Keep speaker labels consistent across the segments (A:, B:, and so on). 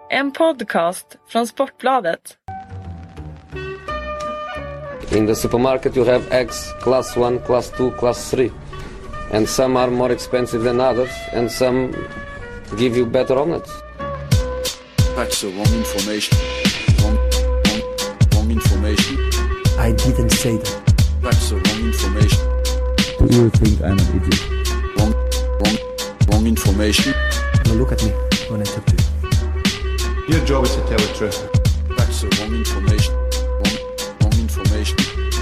A: En podcast från Sportbladet.
B: In the supermarket you have eggs class 1, class 2, class 3. And some are more expensive than others, and some give you better omelets.
C: That's the wrong information. Wrong information.
D: I didn't say that.
C: That's the wrong information.
D: Do you think I'm an idiot?
C: Wrong information.
D: Now look at me when I talk to you.
E: Your job is to tell the truth.
C: That's the wrong information. Wrong information.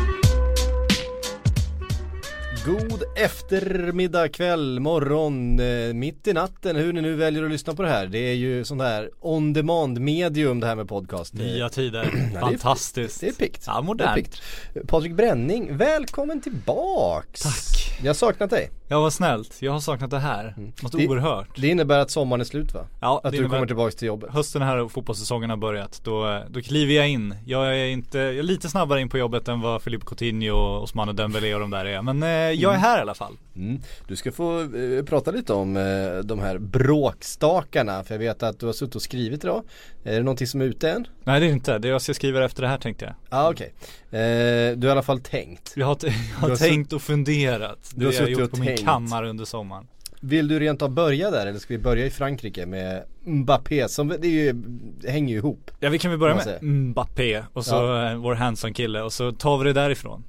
F: God eftermiddag, kväll, morgon, mitt i natten, hur ni nu väljer att lyssna på det här. Det är ju sån här on-demand medium det här med podcast.
G: Nya tider, fantastiskt.
F: Det är pikt.
G: Ja, modernt.
F: Patrik Bränning, välkommen tillbaks.
G: Tack.
F: Jag har saknat dig.
G: Ja, vad snällt. Jag har saknat det här. Något oerhört.
F: Det innebär att sommaren är slut, va?
G: Ja,
F: att du kommer tillbaks till jobbet.
G: Hösten här och fotbollssäsongen har börjat. Då kliver jag in. Jag är lite snabbare in på jobbet än vad Philippe Coutinho och Ousmane Dembélé och de där är. Men jag är här i alla fall.
F: Du ska få prata lite om de här bråkstakarna. För jag vet att du har suttit och skrivit idag. Är det någonting som är ute än?
G: Nej, det är inte. Det är jag ska skriva efter det här, tänkte jag.
F: Ja, okej. Du har i alla fall tänkt.
G: Jag har tänkt och funderat.
F: Du har
G: det har
F: suttit
G: gjort
F: och
G: på
F: tänkt.
G: min kammare under sommaren.
F: Vill du rent av börja där, eller ska vi börja i Frankrike med Mbappé som det hänger ju ihop.
G: Ja, vi kan väl börja med Mbappé och så vår handsome-kille och så tar vi det därifrån.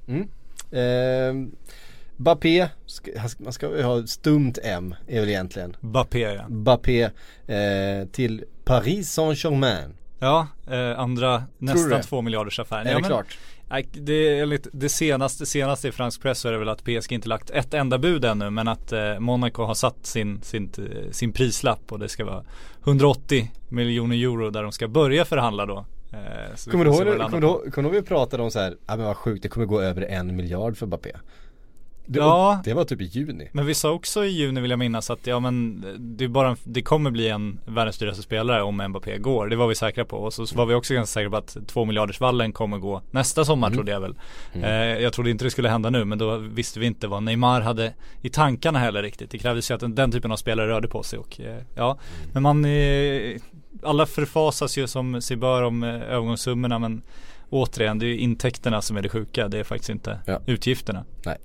F: Mbappé, man ska ha stumt M är väl egentligen. Mbappé till Paris Saint-Germain.
G: Ja, andra nästan 2 miljarders affären.
F: Är det klart?
G: Det senaste i fransk press är det väl att PSG inte lagt ett enda bud ännu, men att Monaco har satt sin prislapp och det ska vara 180 miljoner euro där de ska börja förhandla då.
F: Kommer du ihåg vi pratade om så här, men vad sjukt, det kommer gå över 1 miljard för Mbappé. Det var typ i juni.
G: Men vi sa också i juni, vill jag minnas, att det kommer bli en världens dyraste spelare om Mbappé går. Det var vi säkra på. Och så var vi också ganska säkra på att 2 miljardersvallen kommer gå nästa sommar, trodde jag väl. Jag trodde inte det skulle hända nu, men då visste vi inte vad Neymar hade i tankarna heller riktigt. Det krävdes ju att den typen av spelare rörde på sig. Och, men alla förfasas ju som sig bör om övergångssummorna, men återigen, det är intäkterna som är det sjuka. Det är faktiskt inte utgifterna.
F: Nej.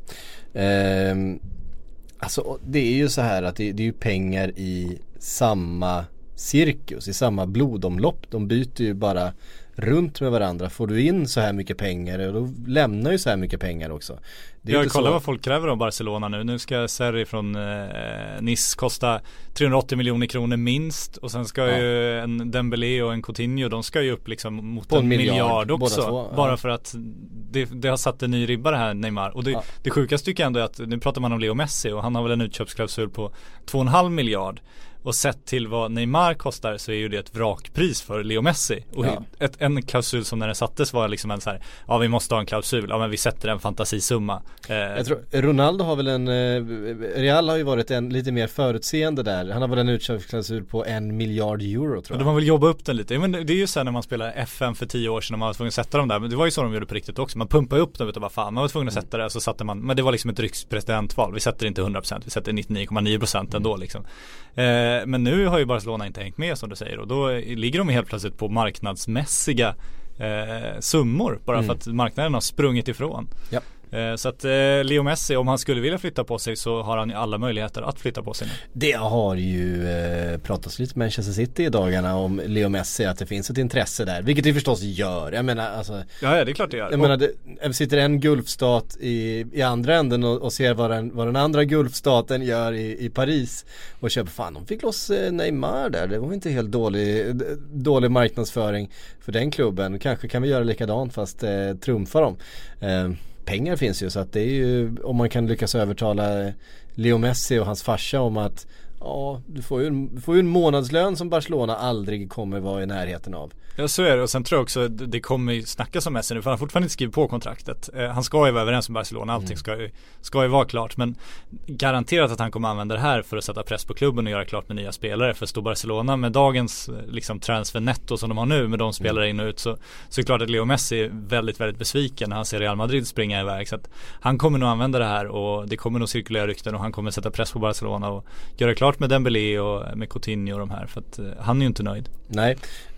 F: Alltså det är ju så här att det är ju pengar i samma cirkus, i samma blodomlopp. De byter ju bara runt med varandra. Får du in så här mycket pengar, och då lämnar ju så här mycket pengar också.
G: Jag kollar vad folk kräver av Barcelona nu. Nu ska Serri från Nice kosta 380 miljoner kronor minst. Och sen ska ju en Dembélé och en Coutinho, de ska ju upp liksom mot på en miljard också. Bara för att det har satt en ny ribba det här, Neymar. Och det sjukaste tycker jag ändå är att nu pratar man om Leo Messi och han har väl en utköpsklausul på 2,5 miljard. Och sett till vad Neymar kostar så är ju det ett vrakpris för Leo Messi. Och en klausul som när den sattes var liksom en så här, vi måste ha en klausul. Ja, men vi sätter en fantasisumma.
F: Jag tror Ronaldo har väl Real har ju varit lite mer förutseende där. Han har väl en utköpsklausul på 1 miljard euro, tror jag.
G: Och de har väl jobbat upp den lite. Men det är ju så här när man spelar FM för 10 år sedan och man var tvungen att sätta dem där. Men det var ju så de gjorde på riktigt också. Man pumpade upp dem utav vad fan. Man var tvungen att sätta det, så satte man. Men det var liksom ett rycks presidentval. Vi sätter inte 100%, vi sätter 99,9% ändå liksom. Men nu har ju Barcelona inte hängt med, som du säger, och då ligger de helt plötsligt på marknadsmässiga summor bara för att marknaden har sprungit ifrån. Ja. Så att Leo Messi, om han skulle vilja flytta på sig, så har han ju alla möjligheter att flytta på sig nu. Det
F: har ju pratats lite med Manchester City i dagarna om Leo Messi, att det finns ett intresse där, vilket det förstås gör. Jag menar, alltså,
G: ja, det är klart det gör.
F: Jag menar, det sitter en gulfstat i andra änden och ser vad den andra gulfstaten gör i Paris och köper, fan, de fick loss Neymar där. Det var inte helt dålig marknadsföring för den klubben. Kanske kan vi göra likadant fast trumfa dem. Pengar finns ju, så att det är ju, om man kan lyckas övertala Leo Messi och hans farsa om att du får ju en månadslön som Barcelona aldrig kommer vara i närheten av.
G: Ja, så är det. Och sen tror jag också det kommer ju snackas om Messi nu, för han har fortfarande inte skrivit på kontraktet. Han ska ju vara överens med Barcelona, allting ska ju vara klart, men garanterat att han kommer använda det här för att sätta press på klubben och göra klart med nya spelare. För står Barcelona med dagens liksom transfernetto som de har nu, med de spelare in och ut, så är det klart att Leo Messi är väldigt, väldigt besviken när han ser Real Madrid springa iväg. Så att han kommer nog använda det här, och det kommer nog cirkulera rykten, och han kommer sätta press på Barcelona och göra klart klart med Dembélé och med Coutinho och de här, för att han är ju inte nöjd.
F: Nej.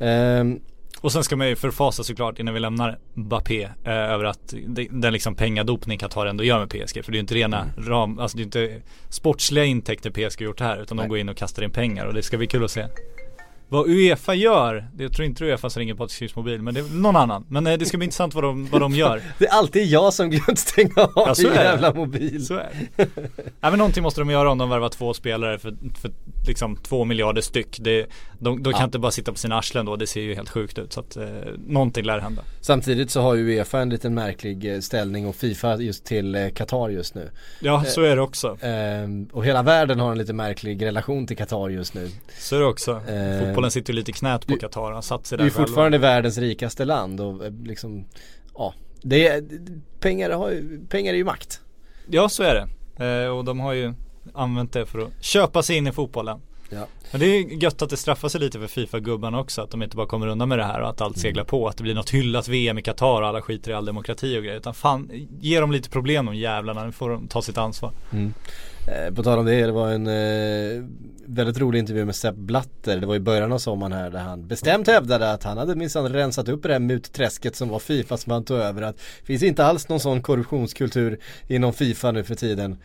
G: Och sen ska man ju förfasa såklart innan vi lämnar Mbappé över att den liksom pengadopning Qatar ändå gör med PSG, för det är ju inte rena alltså det är inte sportsliga intäkter PSG gjort det här, utan de går in och kastar in pengar, och det ska bli kul att se vad UEFA gör. Jag tror inte UEFA ringer på Patrik mobil, men det är någon annan. Men det ska bli intressant vad de gör.
F: Det är alltid jag som glömt stänga av i jävla mobil.
G: Så är det. Ja, men någonting måste de göra om de värvar 2 spelare för liksom 2 miljarder styck. De kan inte bara sitta på sina arslen då. Det ser ju helt sjukt ut. Så att någonting lär hända.
F: Samtidigt så har ju UEFA en liten märklig ställning, och FIFA just till Qatar just nu.
G: Ja, så är det också.
F: Och hela världen har en lite märklig relation till Qatar just nu.
G: Så är det också. Fotbollen sitter ju lite knät på Qatar. Han satt sig där.
F: Det är fortfarande världens rikaste land, och liksom, ja, pengar är ju makt.
G: Ja, så är det. Och de har ju använt det för att köpa sig in i fotbollen.
F: Ja.
G: Men det är gött att det straffar sig lite för FIFA-gubbarna också, att de inte bara kommer undan med det här och att allt seglar på, att det blir något hyllat VM i Qatar och alla skiter i all demokrati och grejer, utan fan, ge dem lite problem, de jävlarna, nu får de ta sitt ansvar.
F: På tal om det var en väldigt rolig intervju med Sepp Blatter. Det var i början av sommaren här, där han bestämt hävdade att han hade minsann rensat upp det här mutträsket som var FIFA, som han tog över, att det finns inte alls någon sån korruptionskultur inom FIFA nu för tiden.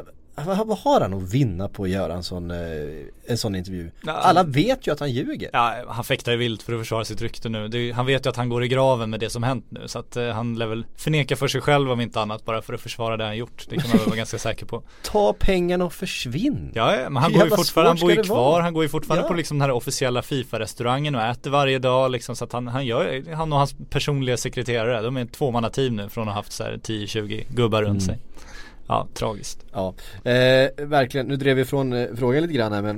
F: Vad har han att vinna på att göra en sån intervju? Alla vet ju att han ljuger.
G: Ja, han fäktar ju vilt för att försvara sitt rykte nu. Han vet ju att han går i graven med det som hänt nu. Så att han lär väl förneka för sig själv om inte annat, bara för att försvara det han gjort. Det kan man väl vara ganska säker på.
F: Ta pengarna och försvinn.
G: Ja, men han går ju fortfarande, han bor ju kvar. Han går ju fortfarande på liksom den här officiella FIFA-restaurangen och äter varje dag liksom, så att han och hans personliga sekreterare, de är en 2-mannateam nu från att ha haft så här 10-20 gubbar runt sig. Ja, tragiskt.
F: Ja, verkligen. Nu drev vi från frågan lite grann här, men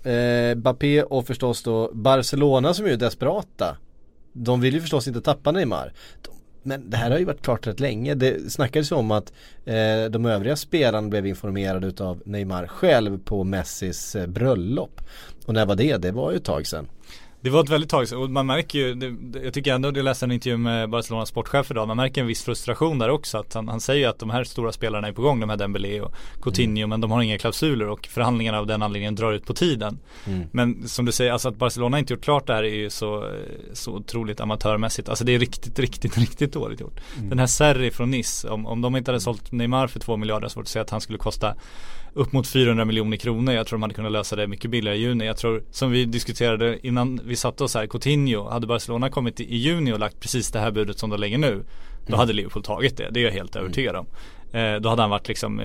F: Mbappé och förstås då Barcelona, som är ju desperata. De vill ju förstås inte tappa Neymar. Men det här har ju varit klart rätt länge. Det snackades om att de övriga spelarna blev informerade utav Neymar själv på Messis bröllop. Och när var det? Det var ju ett tag sedan. Det
G: var ett väldigt tag sedan, och man märker ju, jag tycker ändå, jag läste en intervju med Barcelonas sportchef idag, man märker en viss frustration där också, att han säger att de här stora spelarna är på gång, de här Dembélé och Coutinho, men de har inga klausuler och förhandlingarna av den anledningen drar ut på tiden. Men som du säger, alltså att Barcelona inte gjort klart det här är ju så otroligt amatörmässigt, alltså det är riktigt dåligt gjort. Den här Sarri från Nice, om de inte hade sålt Neymar för 2 miljarder, så svårt att säga att han skulle kosta upp mot 400 miljoner kronor. Jag tror de hade kunnat lösa det mycket billigare i juni. Jag tror, som vi diskuterade innan vi satt oss här, Coutinho, hade Barcelona kommit i juni och lagt precis det här budet som de lägger nu, då hade Liverpool tagit det. Det är jag helt övertygad om. Då hade han varit liksom,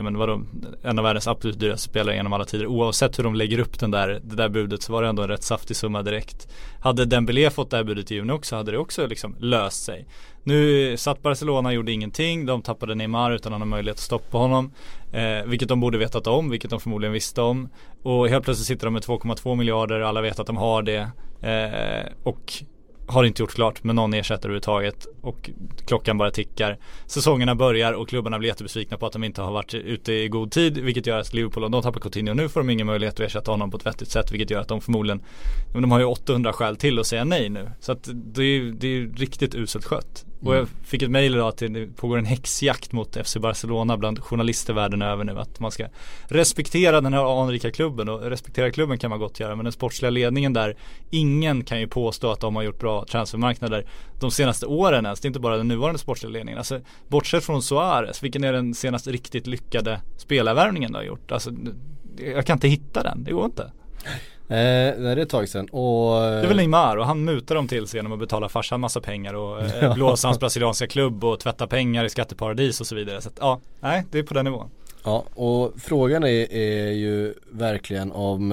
G: en av världens absolut dyraste spelare genom alla tider. Oavsett hur de lägger upp det där budet, så var det ändå en rätt saftig summa direkt. Hade Dembélé fått det här budet i juni också, hade det också liksom löst sig. Nu satt Barcelona, gjorde ingenting. De tappade Neymar utan att ha möjlighet att stoppa honom, vilket de borde vetat om, vilket de förmodligen visste om. Och helt plötsligt sitter de med 2,2 miljarder. Alla vet att de har det, och har inte gjort klart med någon ersättare överhuvudtaget, och klockan bara tickar. Säsongerna börjar och klubbarna blir jättebesvikna på att de inte har varit ute i god tid, vilket gör att Liverpool, om de tappar Coutinho nu, får de ingen möjlighet att ersätta honom på ett vettigt sätt, vilket gör att de förmodligen, de har ju 800 skäl till att säga nej nu. Så att det är riktigt uselt skött. Och jag fick ett mejl idag att det pågår en häxjakt mot FC Barcelona bland journalister världen över nu, att man ska respektera den här anrika klubben, och respektera klubben kan man gott göra, men den sportsliga ledningen där, ingen kan ju påstå att de har gjort bra transfermarknader de senaste åren ens. Det är inte bara den nuvarande sportsliga ledningen. Alltså, bortsett från Suarez, vilken är den senaste riktigt lyckade spelarvärvningen du har gjort? Alltså, jag kan inte hitta den, det går inte.
F: Det är ett tag sedan. Och
G: det är väl Neymar, och han mutar dem till sig genom att betala farsan massa pengar och blåsa hans brasilianska klubb och tvätta pengar i skatteparadis och så vidare. Så att, ja, nej, det är på den nivån.
F: Ja, och frågan är ju verkligen om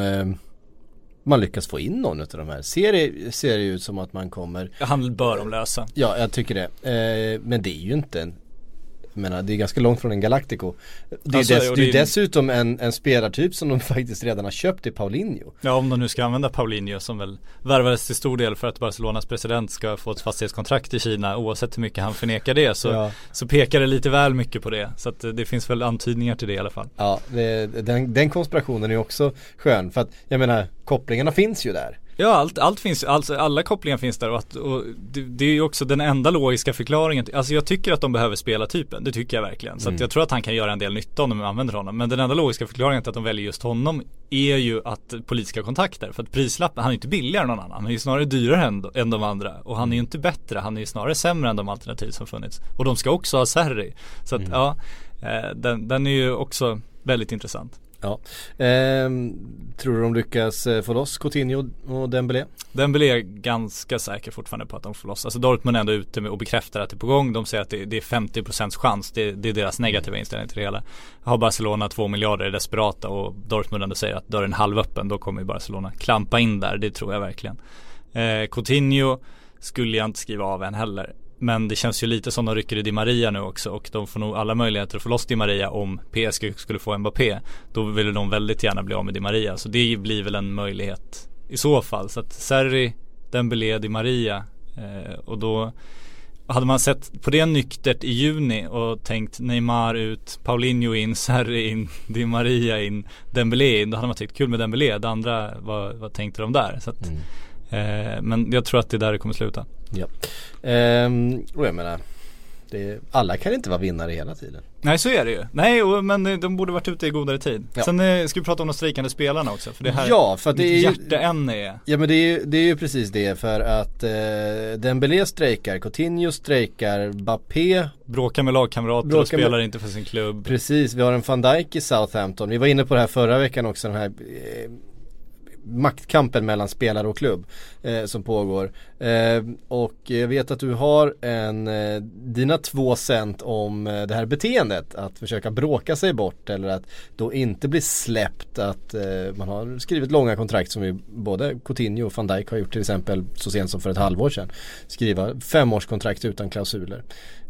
F: man lyckas få in någon av de här. Ser det ut som att man kommer...
G: Han bör de lösa.
F: Ja, jag tycker det. Men det är ju inte en... Jag menar, det är ganska långt från en Galactico. Det är dessutom en spelartyp som de faktiskt redan har köpt i Paulinho.
G: Ja, om de nu ska använda Paulinho, som väl värvades till stor del för att Barcelonas president ska få ett fastighetskontrakt i Kina, oavsett hur mycket han förnekar det, så pekar det lite väl mycket på det. Så att det finns väl antydningar till det i alla fall.
F: Ja, den konspirationen är också skön, för att jag menar, kopplingarna finns ju där.
G: Ja, allt finns, alltså alla kopplingar finns där och det är ju också den enda logiska förklaringen. Alltså jag tycker att de behöver spela typen, det tycker jag verkligen. Så att jag tror att han kan göra en del nytta om de använder honom. Men den enda logiska förklaringen till att de väljer just honom är ju att politiska kontakter. För att prislappen, han är inte billigare än någon annan. Han är ju snarare dyrare än de andra. Och han är ju inte bättre, han är ju snarare sämre än de alternativ som funnits. Och de ska också ha Sarri. Så att den är ju också väldigt intressant.
F: Ja. Tror du de lyckas få loss Coutinho och Dembélé?
G: Dembélé är ganska säker fortfarande på att de får loss. Alltså Dortmund är ändå ute med och bekräftar att det är på gång. De säger att det är 50% chans. Det är deras negativa inställning till det hela. Har Barcelona 2 miljarder är desperata och Dortmund ändå säger att dörren är halvöppen. Då kommer ju Barcelona klampa in där. Det tror jag verkligen. Coutinho skulle jag inte skriva av än heller. Men det känns ju lite som de rycker i Di Maria nu också. Och de får nog alla möjligheter att få loss Di Maria om PSG skulle få Mbappé. Då vill de väldigt gärna bli av med Di Maria. Så det blir väl en möjlighet i så fall. Så att Sarri, Dembélé, Di Maria. Och då hade man sett på det nyktert i juni och tänkt Neymar ut, Paulinho in, Sarri in, Di Maria in, Dembélé in. Då hade man tyckt kul med Dembélé. Det andra, vad tänkte de där? Så att, men jag tror att det är där det kommer sluta.
F: Ja. Och jag menar, alla kan inte vara vinnare hela tiden.
G: Nej, så är det ju. Nej, men de borde varit ute i godare tid.
F: Ja.
G: Sen ska vi prata om de strejkande spelarna också. För det här
F: för att det är ju
G: hjärteämne är.
F: Ja, men det är ju precis det. För att Dembélé strejkar, Coutinho strejkar, Mbappé
G: bråkar med lagkamrater och spelar inte för sin klubb.
F: Precis, vi har en Van Dijk i Southampton. Vi var inne på det här förra veckan också, den här maktkampen mellan spelare och klubb som pågår. Och jag vet att du har dina 2 cent om det här beteendet, att försöka bråka sig bort eller att då inte bli släppt, att man har skrivit långa kontrakt som ju både Coutinho och Van Dijk har gjort till exempel så sent som för ett halvår sedan. Skriva 5-årskontrakt utan klausuler.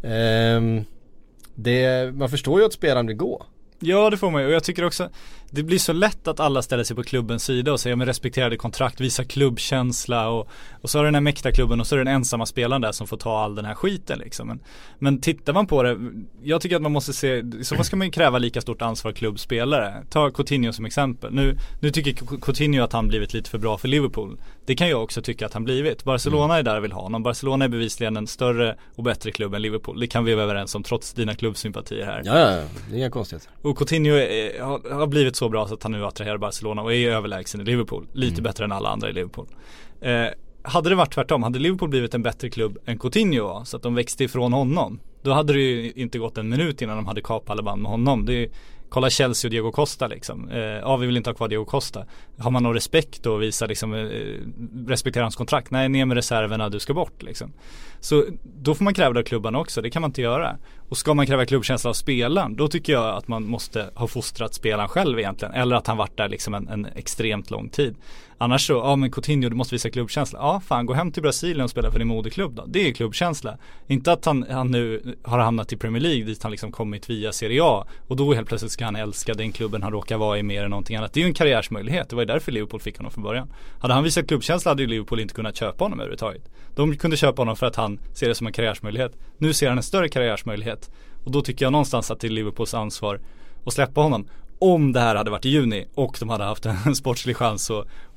F: Man förstår ju att spelaren vill gå.
G: Ja, det får man ju. Och jag tycker också det blir så lätt att alla ställer sig på klubbens sida och säger men respekterade kontrakt, visa klubbkänsla och så har den här mäkta klubben och så är den ensamma spelaren där som får ta all den här skiten liksom. Men tittar man på det, jag tycker att man måste se, så ska man ju kräva lika stort ansvar klubbspelare. Ta Coutinho som exempel. Nu tycker Coutinho att han blivit lite för bra för Liverpool. Det kan jag också tycka att han blivit. Barcelona är där och vill ha honom. Barcelona är bevisligen en större och bättre klubb än Liverpool. Det kan vi vara överens om trots dina klubbsympatier här.
F: Ja, det är inga konstigheter.
G: Och Coutinho har blivit så bra så att han nu attraherar Barcelona och är överlägsen i Liverpool. Lite bättre än alla andra i Liverpool. Hade det varit tvärtom, hade Liverpool blivit en bättre klubb än Coutinho var, så att de växte ifrån honom, då hade det ju inte gått en minut innan de hade kapat alla band med honom. Kolla Chelsea och Diego Costa liksom. Vi vill inte ha kvar Diego Costa. Har man någon respekt och visa liksom, respektera hans kontrakt? Nej, ner med reserverna, du ska bort liksom. Så då får man kräva det av klubbarna också. Det kan man inte göra. Och ska man kräva klubbkänsla av spelaren, då tycker jag att man måste ha fostrat spelaren själv egentligen. Eller att han varit där liksom en extremt lång tid. Annars så, men Coutinho, du måste visa klubbkänsla. Ja, fan, gå hem till Brasilien och spela för din moderklubb då. Det är klubbkänsla. Inte att han nu har hamnat i Premier League dit han liksom kommit via Serie A. Och då helt plötsligt ska han älska den klubben han råkar vara i mer än någonting annat. Det är ju en karriärsmöjlighet. Det var ju därför Liverpool fick honom från början. Hade han visat klubbkänsla hade ju Liverpool inte kunnat köpa honom överhuvudtaget. De kunde köpa honom för att han ser det som en karriärsmöjlighet. Nu ser han en större karriärsmöjlighet. Och då tycker jag någonstans att det är Liverpools ansvar att släppa honom. Om det här hade varit i juni och de hade haft en sportslig chans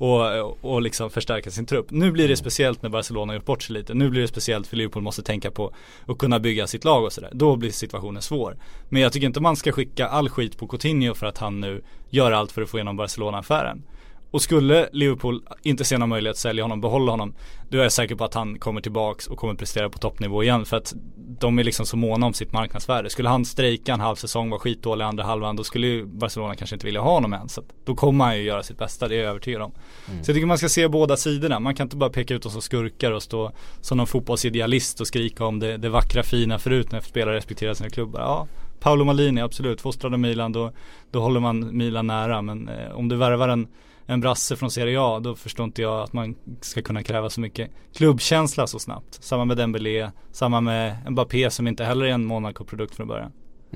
G: och liksom förstärka sin trupp. Nu blir det speciellt när Barcelona har gjort bort sig lite. Nu blir det speciellt för Liverpool måste tänka på att kunna bygga sitt lag och sådär. Då blir situationen svår. Men jag tycker inte man ska skicka all skit på Coutinho för att han nu gör allt för att få igenom Barcelona-affären. Och skulle Liverpool inte se någon möjlighet att sälja honom, behålla honom, då är jag säker på att han kommer tillbaks och kommer prestera på toppnivå igen. För att de är liksom så måna om sitt marknadsvärde. Skulle han strejka en halv säsong, vara skitdålig i andra halvan, då skulle ju Barcelona kanske inte vilja ha honom än. Så att då kommer han ju göra sitt bästa, det är jag övertygad om. Så jag tycker man ska se båda sidorna. Man kan inte bara peka ut oss som skurkar och stå som någon fotbollsidealist och skrika om det vackra fina förut när spelare respekterar sina klubbar. Ja, Paolo Maldini, absolut, fostrade Milan, då håller man Milan nära. Men om du värvar en brasse från Serie A, då förstår inte jag att man ska kunna kräva så mycket klubbkänsla så snabbt. Samma med Dembélé, samma med Mbappé som inte heller är en Monaco-produkt från början.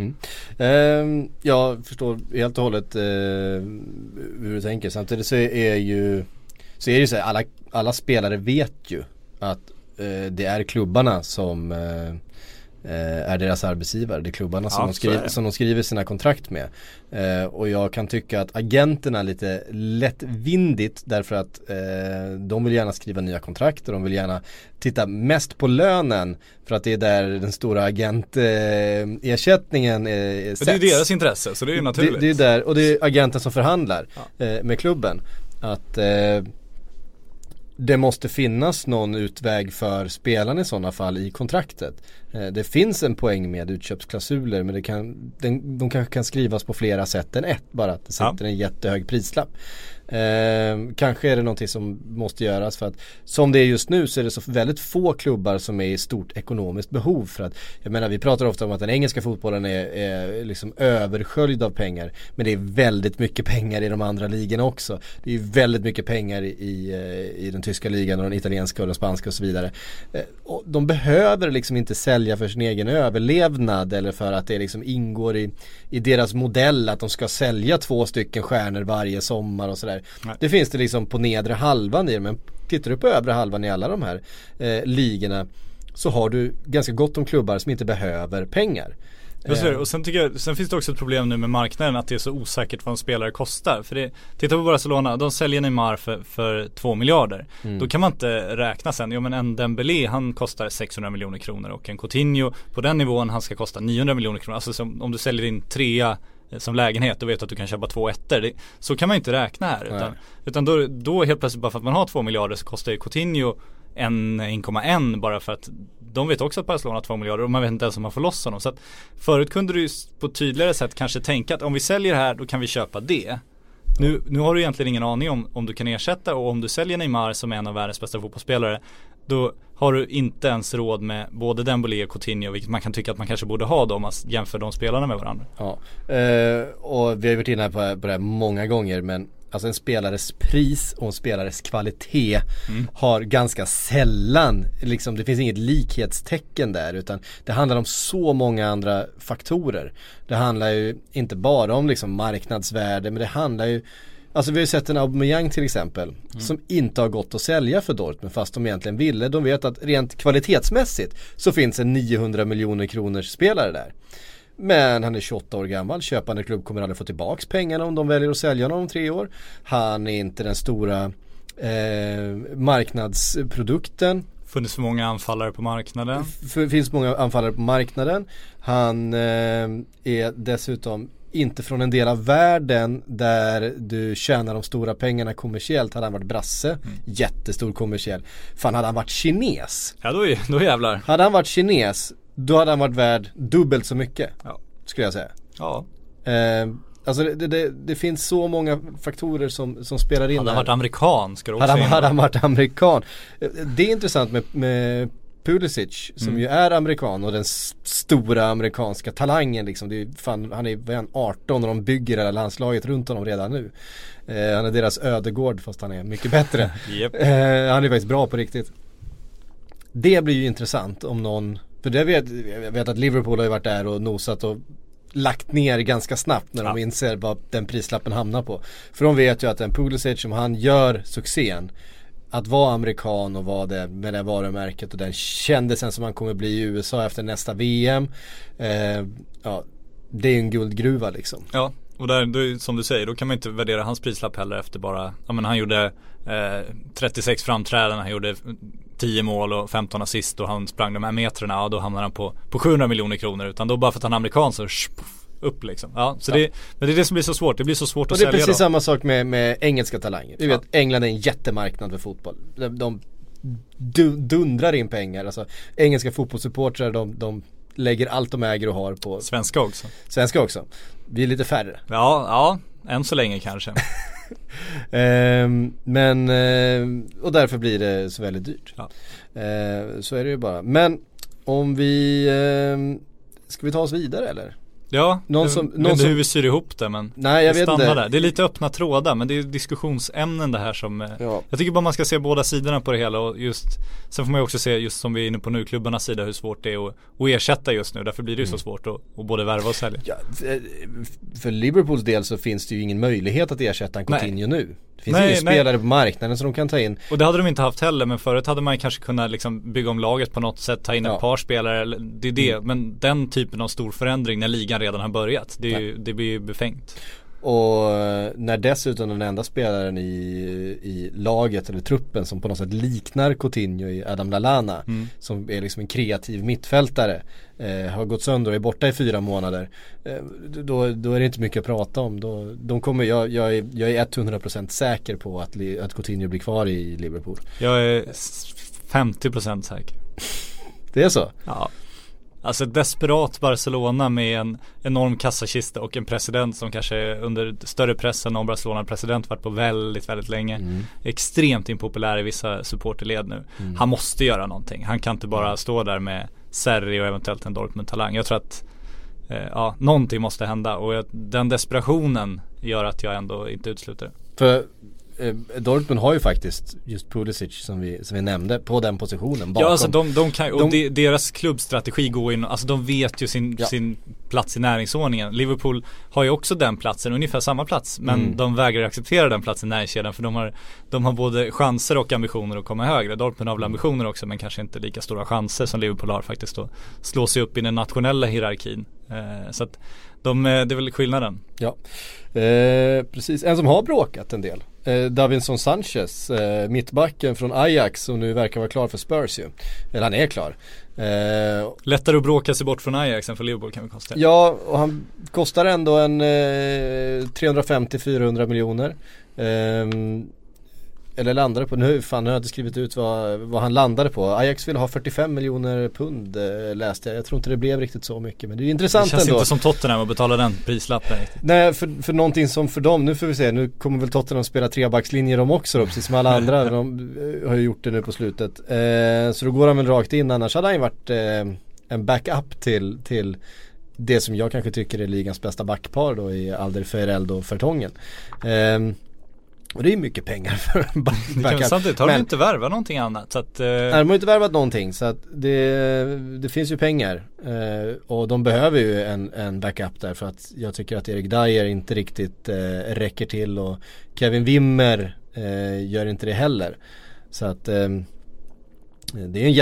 F: Jag förstår helt och hållet hur du tänker. Samtidigt så är det så här, alla spelare vet ju att det är klubbarna som är deras arbetsgivare. Det är klubbarna som de skriver sina kontrakt med. Och jag kan tycka att agenterna är lite lättvindigt därför att de vill gärna skriva nya kontrakt och de vill gärna titta mest på lönen för att det är där den stora agentersättningen sätts.
G: Det är deras intresse, så det är ju naturligt.
F: Det är där, och det är agenten som förhandlar med klubben. Att det måste finnas någon utväg för spelarna i sådana fall i kontraktet. Det finns en poäng med utköpsklausuler, men de kanske kan skrivas på flera sätt än ett, bara att det sitter en jättehög prislapp. Kanske är det någonting som måste göras, för att som det är just nu så är det så väldigt få klubbar som är i stort ekonomiskt behov. För att, jag menar, vi pratar ofta om att den engelska fotbollen är liksom översköljd av pengar, men det är väldigt mycket pengar i de andra ligorna också. Det är väldigt mycket pengar i den tyska ligan och den italienska och den spanska och så vidare. Och de behöver liksom inte sälja för sin egen överlevnad eller för att det liksom ingår i deras modell att de ska sälja 2 stycken stjärnor varje sommar och sådär. Det finns det liksom på nedre halvan i det, men tittar du på övre halvan i alla de här ligorna så har du ganska gott om klubbar som inte behöver pengar.
G: Och sen finns det också ett problem nu med marknaden, att det är så osäkert vad en spelare kostar. För titta på Barcelona, de säljer Neymar för 2 miljarder. Då kan man inte räkna sen, men en Dembélé, han kostar 600 miljoner kronor och en Coutinho på den nivån, han ska kosta 900 miljoner kronor. Alltså om du säljer din 3 som lägenhet, då vet du att du kan köpa 2 ettor. Så kan man inte räkna här, utan då helt plötsligt, bara för att man har 2 miljarder så kostar ju Coutinho 1,1 bara för att de vet också att Barcelona har 2 miljarder och man vet inte ens om man får loss honom. Så att förut kunde du på tydligare sätt kanske tänka att om vi säljer det här, då kan vi köpa det. Nu har du egentligen ingen aning om du kan ersätta, och om du säljer Neymar som är en av världens bästa fotbollsspelare, då har du inte ens råd med både Dembélé och Coutinho, vilket man kan tycka att man kanske borde ha då om man jämför de spelarna med varandra. Ja,
F: och vi har varit inne på det här många gånger, men alltså en spelares pris och en spelares kvalitet har ganska sällan, liksom, det finns inget likhetstecken där, utan det handlar om så många andra faktorer. Det handlar ju inte bara om liksom marknadsvärde, men det handlar ju, alltså vi har ju sett en Aubameyang till exempel som inte har gått att sälja för Dortmund fast de egentligen ville. De vet att rent kvalitetsmässigt så finns en 900 miljoner kronors spelare där. Men han är 28 år gammal, köpande klubb kommer aldrig få tillbaks pengarna om de väljer att sälja honom om 3 år. Han är inte den stora marknadsprodukten.
G: Funnits för många anfallare på marknaden.
F: Finns många anfallare på marknaden. Han är dessutom inte från en del av världen där du tjänar de stora pengarna kommersiellt. Hade han varit brasse, jättestor kommersiell. Fan, hade han varit kines.
G: Ja, då jävlar.
F: Hade han varit kines, då hade han varit värd dubbelt så mycket. Ja. Skulle jag säga.
G: Ja.
F: Alltså det finns så många faktorer som spelar in.
G: Hade han varit amerikan, ska du också säga.
F: Hade han varit amerikan. Det är intressant med Pulisic som ju är amerikan och den stora amerikanska talangen liksom. Det är fan, han är 18 och de bygger hela landslaget runt honom redan nu. Han är deras ödegård fast han är mycket bättre.
G: Yep.
F: Han är faktiskt bra på riktigt. Det blir ju intressant om någon, för jag vet att Liverpool har ju varit där och nosat och lagt ner ganska snabbt när de inser vad den prislappen hamnar på. För de vet ju att en Pulisic, som han gör succén att vara amerikan och vara det med det varumärket och den kändisen som han kommer bli i USA efter nästa VM, det är en guldgruva liksom.
G: Ja, och där, som du säger, då kan man inte värdera hans prislapp heller efter bara, han gjorde 36 framträdanden, han gjorde 10 mål och 15 assist och han sprang de här metrarna, då hamnar han på 700 miljoner kronor, utan då bara för att han är amerikan så upp liksom. Ja, så men det är det som blir så svårt. Det blir så svårt att sälja. Och det är precis
F: samma sak med engelska talanger. Vi vet, England är en jättemarknad för fotboll. De dundrar in pengar. Alltså, engelska fotbollssupportrar, de lägger allt de äger och har på
G: svenska också.
F: Vi är lite färre.
G: Ja, än så länge kanske.
F: Men och därför blir det så väldigt dyrt. Ja. Så är det ju bara. Men om vi ska vi ta oss vidare eller?
G: Ja,
F: någon
G: hur vi syr ihop det, men
F: nej, jag vet inte.
G: Där. Det är lite öppna trådar, men det är diskussionsämnen det här som jag tycker bara man ska se båda sidorna på det hela, och just sen får man ju också se, just som vi är inne på nu, klubbarnas sida, hur svårt det är att ersätta just nu. Därför blir det ju så svårt att både värva och sälja. Ja,
F: för Liverpools del så finns det ju ingen möjlighet att ersätta en Coutinho nu. Det finns ingen spelare på marknaden som de kan ta in.
G: Och det hade de inte haft heller, men förut hade man kanske kunnat liksom bygga om laget på något sätt, ta in ett par spelare, det är det. Men den typen av stor förändring när ligan redan har börjat, det blir ju befängt.
F: Och när dessutom den enda spelaren i laget eller truppen som på något sätt liknar Coutinho i Adam Lallana, som är liksom en kreativ mittfältare, har gått sönder och är borta i 4 månader, då är det inte mycket att prata om. De kommer, jag är 100% säker på att Coutinho blir kvar i Liverpool.
G: Jag är 50% säker.
F: Det är så?
G: Ja. Alltså ett desperat Barcelona med en enorm kassakista och en president som kanske är under större press än någon Barcelona-president varit på väldigt, väldigt länge. Extremt impopulär i vissa supporterled nu. Han måste göra någonting. Han kan inte bara stå där med Serri och eventuellt en Dortmund-talang. Jag tror att någonting måste hända, och den desperationen gör att jag ändå inte utesluter det.
F: För Dortmund har ju faktiskt just Pulisic som vi nämnde på den positionen bakom.
G: Ja, alltså de kan, och deras klubbstrategi går in, alltså de vet ju sin plats i näringsordningen. Liverpool har ju också den platsen, ungefär samma plats, men de vägrar acceptera den platsen i näringskedjan, för de har både chanser och ambitioner att komma högre. Dortmund har väl ambitioner också, men kanske inte lika stora chanser som Liverpool har faktiskt att slå sig upp i den nationella hierarkin. Så att det är väl skillnaden. Ja,
F: precis. En som har bråkat en del, Davinson Sanchez, mittbacken från Ajax, och nu verkar vara klar för Spurs ju. Eller han är klar.
G: Lättare att bråka sig bort från Ajax än för Liverpool, kan vi konstatera.
F: Ja, och han kostar ändå en 350-400 miljoner. Eller landade på, nu har jag inte skrivit ut vad han landade på. Ajax ville ha 45 miljoner pund, läste jag. Jag tror inte det blev riktigt så mycket, men det är intressant ändå.
G: Det känns inte som Tottenham att betala den prislappen riktigt.
F: Nej, för någonting som för dem, nu får vi se, nu kommer väl Tottenham spela trebackslinjer de också då, precis som alla andra. De har ju gjort det nu på slutet. Så då går han väl rakt in, annars hade han ju varit en backup till det som jag kanske tycker är ligans bästa backpar då, i Alderweireld och Vertonghen. Och det är mycket pengar för en backup.
G: Samtidigt har de inte värvat någonting annat. Så att,
F: nej, de har inte värvat någonting. Så att det finns ju pengar. Och de behöver ju en backup där. För att jag tycker att Erik Dyer inte riktigt räcker till. Och Kevin Wimmer gör inte det heller. Så att det är en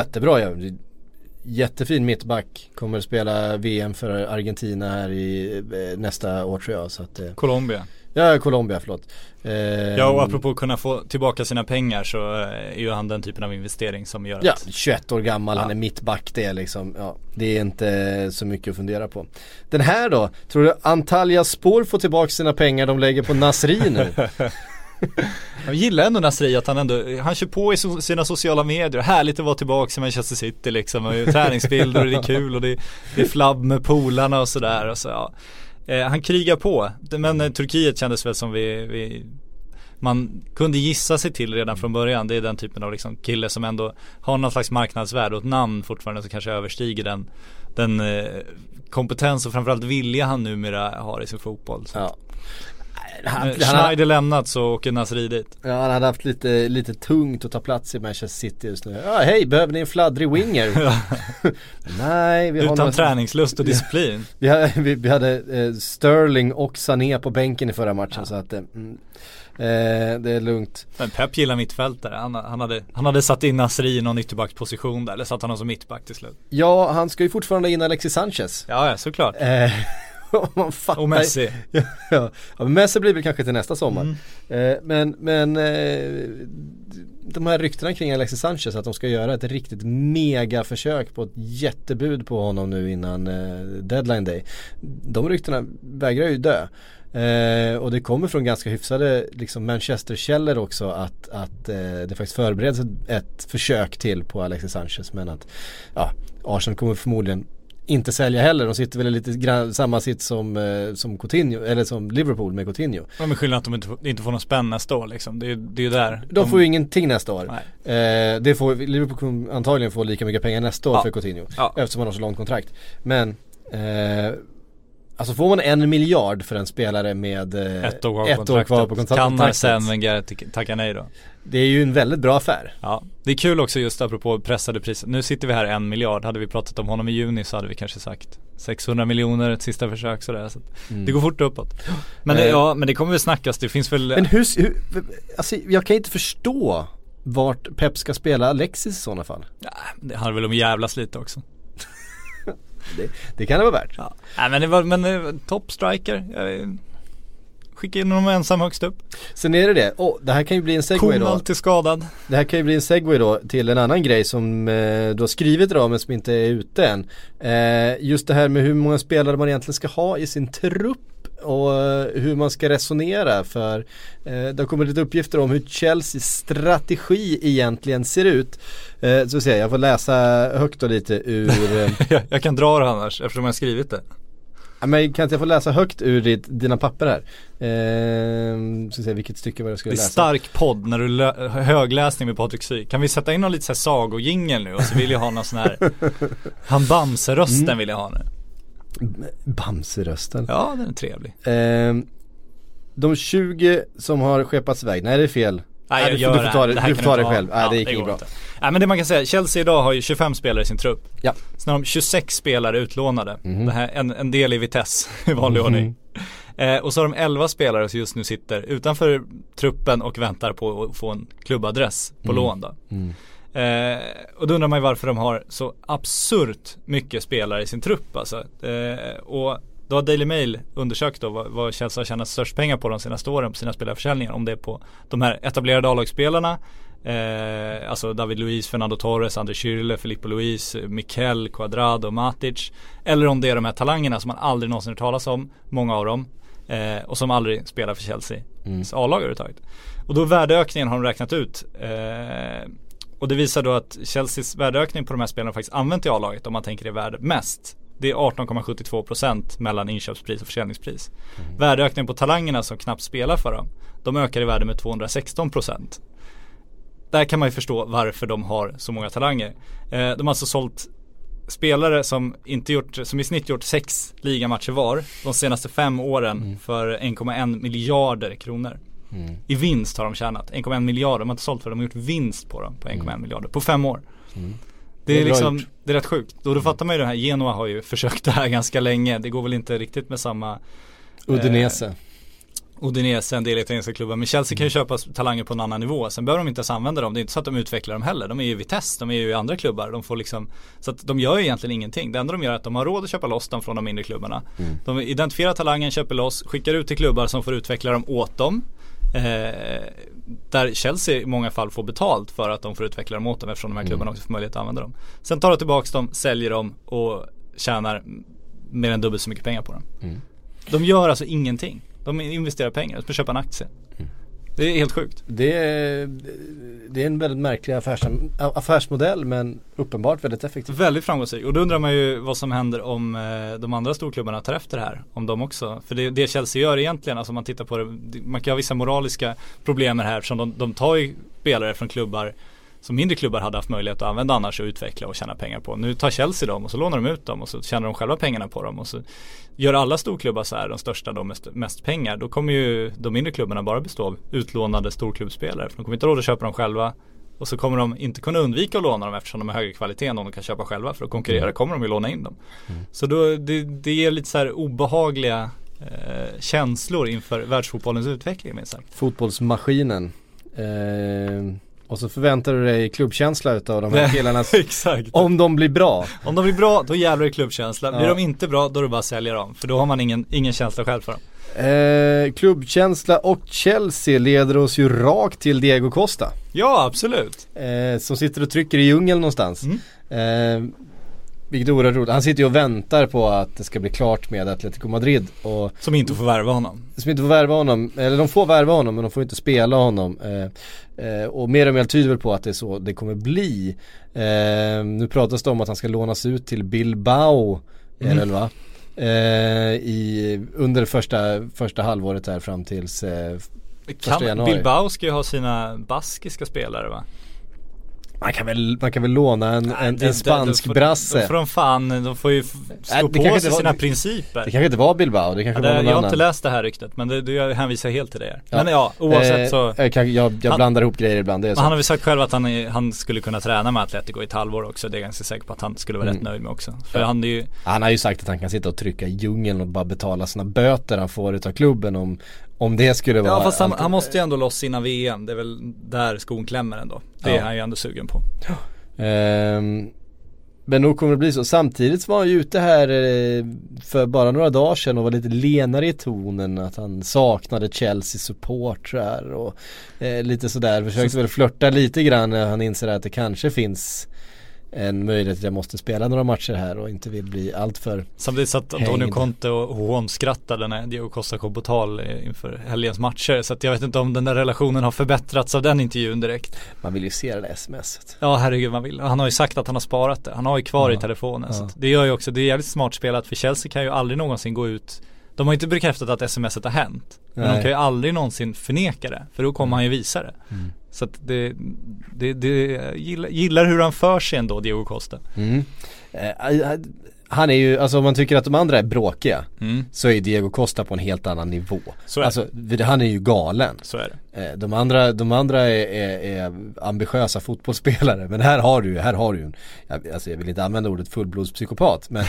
F: jättefin mittback. Kommer att spela VM för Argentina här i nästa år, tror jag. Så att,
G: Colombia.
F: Ja, Colombia, förlåt.
G: Ja, och apropå att kunna få tillbaka sina pengar, så är ju han den typen av investering som gör
F: att 21 år gammal, han är mittback, det är liksom, det är inte så mycket att fundera på. Den här då, tror du Antalya Spor får tillbaka sina pengar de lägger på Nasri nu?
G: Jag gillar ändå Nasri, att han kör på i sina sociala medier. Härligt att vara tillbaka i Manchester City liksom, och träningsbilder, och det är kul, och det är flabb med polarna och sådär, och så han krigar på, men Turkiet kändes väl som man kunde gissa sig till redan från början. Det är den typen av liksom kille som ändå har någon slags marknadsvärde och ett namn fortfarande som kanske överstiger den kompetens och framförallt vilja han numera har i sin fotboll. Så. Ja. Schneider lämnat, så åker Nasri dit.
F: Ja, han hade haft lite tungt att ta plats i Manchester City just nu. Ja, hej, behöver ni en fladdrig winger? Nej, vi har
G: utan träningslust och disciplin.
F: Vi hade Sterling och Sané på bänken i förra matchen, så att det är lugnt.
G: Men Pep gillar mittfältare. Han hade satt in Nasri i någon ytterbacksposition där, eller satt han som mittback till slut.
F: Ja, han ska ju fortfarande in Alexis Sanchez.
G: Ja, såklart.
F: Och Messi. Ja, men Messi blir väl kanske till nästa sommar. Men de här ryktena kring Alexis Sanchez, att de ska göra ett riktigt mega försök på ett jättebud på honom nu innan deadline day. De ryktena vägrar ju dö. Och det kommer från ganska hyfsade liksom Manchester-källor också att det faktiskt förbereds ett försök till på Alexis Sanchez, men att Arsenal kommer förmodligen inte sälja heller. De sitter väl lite samma sitt som Coutinho, eller som Liverpool med Coutinho.
G: Ja, men skillnaden att de inte får någon spänn nästa år liksom. Det är ju där.
F: De får ju ingenting nästa år. Liverpool kommer antagligen få lika mycket pengar nästa år för Coutinho, eftersom han har så långt kontrakt. Men Alltså får man 1 miljard för en spelare med
G: ett år
F: kvar på kontraktet.
G: Kan Arsène Wenger tacka nej då?
F: Det är ju en väldigt bra affär.
G: Ja, det är kul också just apropå pressade priser. Nu sitter vi här 1 miljard. Hade vi pratat om honom i juni så hade vi kanske sagt 600 miljoner ett sista försök sådär. Så det går fort uppåt. Men men det kommer väl snackas. Det finns väl...
F: Men hur alltså, jag kan inte förstå vart Pep ska spela Alexis i sådana fall.
G: Ja, det handlar väl om jävlas lite också.
F: Det kan det vara värt.
G: Ja. Nej, men top striker. Skicka in honom ensam högst upp.
F: Sen är det. Det här kan ju bli en segway då.
G: Alltid skadad.
F: Det här kan ju bli en segway då till en annan grej som du har skrivit idag men som inte är ute än. Just det här med hur många spelare man egentligen ska ha i sin trupp och hur man ska resonera, för det har kommit lite uppgifter om hur Chelseas strategi egentligen ser ut. Så ser jag får läsa högt då lite ur
G: jag kan dra det annars eftersom jag har skrivit det.
F: Men kan inte jag få läsa högt ur dina papper här? Så se vilket stycke var jag skulle läsa.
G: Det är stark podd när du högläsning med Patrik Sy. Kan vi sätta in någon lite så här sagojingel nu? Och så vill jag ha någon sån här han Bamse-rösten vill jag ha nu.
F: Bamse-rösten?
G: Ja, den är trevlig.
F: De 20 som har skeppats iväg. Nej, det är fel.
G: Nej,
F: du får ta det själv. Nej, det gick inte bra.
G: Nej, men det man kan säga, Chelsea idag har ju 25 spelare i sin trupp.
F: Ja.
G: Sen har de 26 spelare utlånade. Det här en del i Vitesse i vanlig ordning. Och så har de 11 spelare som just nu sitter utanför truppen och väntar på att få en klubbadress på lån då. Och då undrar man ju varför de har så absurt mycket spelare i sin trupp alltså. Och då har Daily Mail undersökt då vad Chelsea har tjänat störst pengar på de senaste åren på sina spelarförsäljningar. Om det är på de här etablerade A-lagsspelarna, alltså David Luiz, Fernando Torres, André Schürrle, Filippo Luis, Mikel, Cuadrado, Matic, eller om det är de här talangerna som man aldrig någonsin hört talas om, många av dem, och som aldrig spelar för Chelsea A-lag överhuvudtaget. Och då värdeökningen har de räknat ut, och det visar då att Chelseas värdeökning på de här spelarna faktiskt använt i A-laget, om man tänker det värde mest. Det är 18,72% mellan inköpspris och försäljningspris. Värdeökningen på talangerna som knappt spelar för dem, de ökar i värde med 216%. Där kan man ju förstå varför de har så många talanger. De har alltså sålt spelare som i snitt gjort 6 ligamatcher var de senaste 5 åren för 1,1 miljarder kronor. I vinst har de tjänat 1,1 miljarder. De har inte sålt för, de har gjort vinst på dem på 1,1 miljarder på 5 år. Det är liksom, det är rätt sjukt. Då fattar man ju det här, Genoa har ju försökt det här ganska länge. Det går väl inte riktigt med samma Udinese, en del italienska klubbar. Men Chelsea kan ju köpa talanger på en annan nivå. Sen behöver de inte ens använda dem. Det är inte så att de utvecklar dem heller. De är ju Vitesse, de är ju i andra klubbar. De får liksom, så att de gör ju egentligen ingenting. Det enda de gör är att de har råd att köpa loss dem från de mindre klubbarna. De identifierar talangen, köper loss, skickar ut till klubbar som får utveckla dem åt dem. Där Chelsea i många fall får betalt för att de får utveckla dem åt dem, eftersom de här klubbarna också får möjlighet att använda dem. Sen tar de tillbaka dem, säljer dem och tjänar mer än dubbelt så mycket pengar på dem. De gör alltså ingenting. De investerar pengar för att köpa en aktie. Det är helt sjukt.
F: Det är en väldigt märklig affärsmodell, men uppenbart väldigt effektiv.
G: Väldigt framgångsrik. Och då undrar man ju vad som händer om de andra storklubbarna tar efter det här. Om de också. För det Chelsea gör egentligen, alltså om man tittar på det, man kan ha vissa moraliska problem här, eftersom de tar ju spelare från klubbar som mindre klubbar hade haft möjlighet att använda annars och utveckla och tjäna pengar på. Nu tar Chelsea dem och så lånar de ut dem och så tjänar de själva pengarna på dem, och så gör alla storklubbar så här, de största, de mest pengar. Då kommer ju de mindre klubbarna bara bestå av utlånade storklubbsspelare, för de kommer inte råd att köpa dem själva, och så kommer de inte kunna undvika att låna dem eftersom de är högre kvalitet än de kan köpa själva. För att konkurrera kommer de ju låna in dem. Så då, det ger lite så här obehagliga känslor inför världsfotbollens utveckling.
F: Fotbollsmaskinen. Och så förväntar du dig klubbkänsla utav de här killarna.
G: Exakt.
F: Om de blir bra.
G: Om de blir bra, då jävlar är klubbkänsla. Blir de inte bra, då är det bara att sälja dem. För då har man ingen känsla själv för dem.
F: Klubbkänsla och Chelsea leder oss ju rakt till Diego Costa.
G: Ja, absolut.
F: Som sitter och trycker i djungeln någonstans. Vilket är oerhört roligt. Han sitter ju och väntar på att det ska bli klart med Atletico Madrid.
G: Som inte får värva honom.
F: Eller de får värva honom, men de får inte spela honom. Och mer och mer tyder väl på att det är så det kommer bli. Nu pratas det om att han ska lånas ut till Bilbao. Eller va? Under första halvåret här fram tills 1 januari.
G: Bilbao ska ju ha sina baskiska spelare, va?
F: Man kan väl låna en spansk brasse.
G: Då får de får ju stå på sig sina principer.
F: Det kanske inte var Bilbao, det kanske var någon annan.
G: Jag har inte läst det här ryktet, men det hänvisar helt till det. Men oavsett så
F: jag blandar ihop grejer ibland, det är så.
G: Han har väl sagt själv att han skulle kunna träna med Atletico i ett halvår också. Det är ganska säker på att han skulle vara rätt nöjd med också. För han har
F: ju sagt att han kan sitta och trycka i djungeln och bara betala sina böter han får utav klubben om det skulle vara.
G: Ja, fast han måste ju ändå loss sina VM. Det är väl där skon klämmer ändå. Det är han ju ändå sugen på.
F: Men nog kommer det bli så. Samtidigt var han ju ute här för bara några dagar sedan och var lite lenare i tonen, att han saknade Chelsea-supportrar och lite sådär. Försökte väl flirta lite grann när han inser att det kanske finns en möjlighet att jag måste spela några matcher här och inte vill bli allt för.
G: Samtidigt satt Antonio Conte och hånskrattade när Diego Costa kom på tal inför helgens matcher, så att jag vet inte om den där relationen har förbättrats av den intervjun direkt.
F: Man vill ju se det där smset.
G: Ja, herregud, man vill. Han har ju sagt att han har sparat det. Han har ju kvar i telefonen. Så det gör ju också, det är jävligt smart spelat, för Chelsea kan ju aldrig någonsin gå ut. De har inte bekräftat att smset har hänt. Men de kan ju aldrig någonsin förneka det, för då kommer han ju visa det. Så att det gillar hur han för sig ändå, Diego Costa.
F: Han är ju, alltså om man tycker att de andra är bråkiga så är Diego Costa på en helt annan nivå. Alltså han är ju galen.
G: Så är det.
F: De andra är ambitiösa fotbollsspelare, men här har du en, alltså jag vill inte använda ordet fullblodspsykopat, men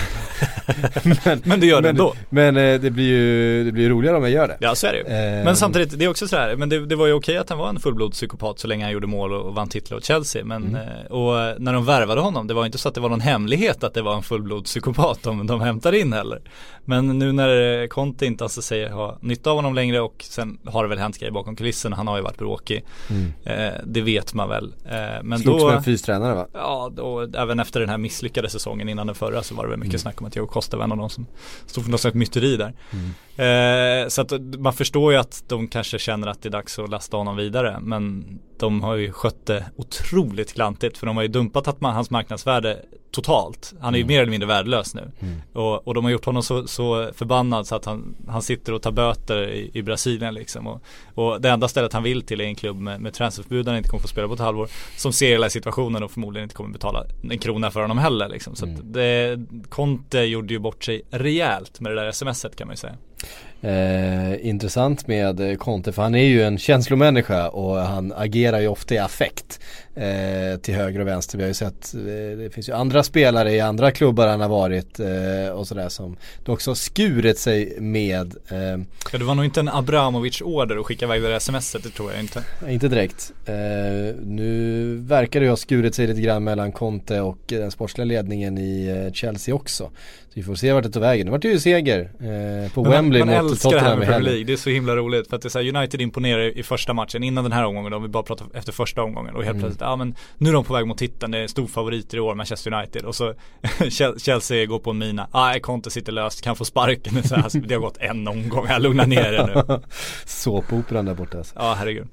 G: men det gör det ändå.
F: Men det blir roligare om jag gör det.
G: Ja, så är det ju. Men samtidigt, det är också så här, men det var ju okej att han var en fullblodspsykopat så länge han gjorde mål och vann titlar åt Chelsea, men och när de värvade honom, det var inte så att det var någon hemlighet att det var en fullblodspsykopat de hämtade in heller. Men nu när Conte inte alltså säger ha nytta av honom längre, och sen har det väl hänt grejer bakom kulisserna, han har ju varit bråkig. Det vet man väl. Men
F: slogs med en fystränare, va?
G: Ja, då, även efter den här misslyckade säsongen innan den förra, så var det väl mycket snack om att Diego Costa var en av de som stod för något slags myteri där. Så att man förstår ju att de kanske känner att det är dags att lasta honom vidare, men de har ju skött det otroligt klantigt, för de har ju dumpat hans marknadsvärde totalt. Han är ju mer eller mindre värdelös nu. Och de har gjort honom så förbannad så att han sitter och tar böter i Brasilien liksom. Och det enda stället han vill till är en klubb med transferförbud, han inte kommer få spela på ett halvår, som ser hela situationen och förmodligen inte kommer betala en krona för honom heller liksom. Så att Conte gjorde ju bort sig rejält med det där smset, kan man ju säga.
F: Intressant med Conte, för han är ju en känslomänniska och han agerar ju ofta i affekt till höger och vänster. Vi har ju sett, det finns ju andra spelare i andra klubbar han har varit och sådär, som det också har skurit sig med.
G: Ja, det var nog inte en Abramovic-order att skicka iväg det smset, det tror jag inte.
F: Inte direkt. Nu verkar det ju ha skurit sig lite grann mellan Conte och den sportsliga ledningen i Chelsea också. Så vi får se vart det tar vägen. Det var ju seger på Wembley mot
G: älskar
F: Tottenham
G: det här med League. Det är så himla roligt, för att det är så här, United imponerar i första matchen innan den här omgången, då vi bara pratar efter första omgången, och helt plötsligt, men nu är de på väg mot titeln, det är stor favoriter i år, Manchester United, och så Chelsea går på en mina, Conte sitter löst, kan få sparken, så här, det har gått en omgång, jag lugnar ner det nu.
F: Så på operan där borta alltså.
G: Ja, herregud.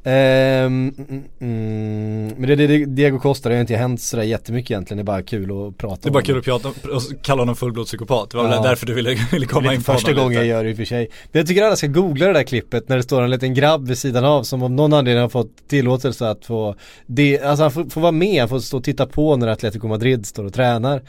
F: Men det Diego Costa, det har inte hänt sådär jättemycket egentligen, det är bara kul att prata om.
G: Det är bara kul att prata och kalla honom fullblodspsykopat. Det var väl därför du ville komma in på
F: första gången jag gör det i och för sig. Men jag tycker alla ska googla det där klippet när det står en liten grabb vid sidan av som av någon anledning har fått tillåtelse att få alltså han får vara med, han får stå och titta på när Atletico Madrid står och tränar.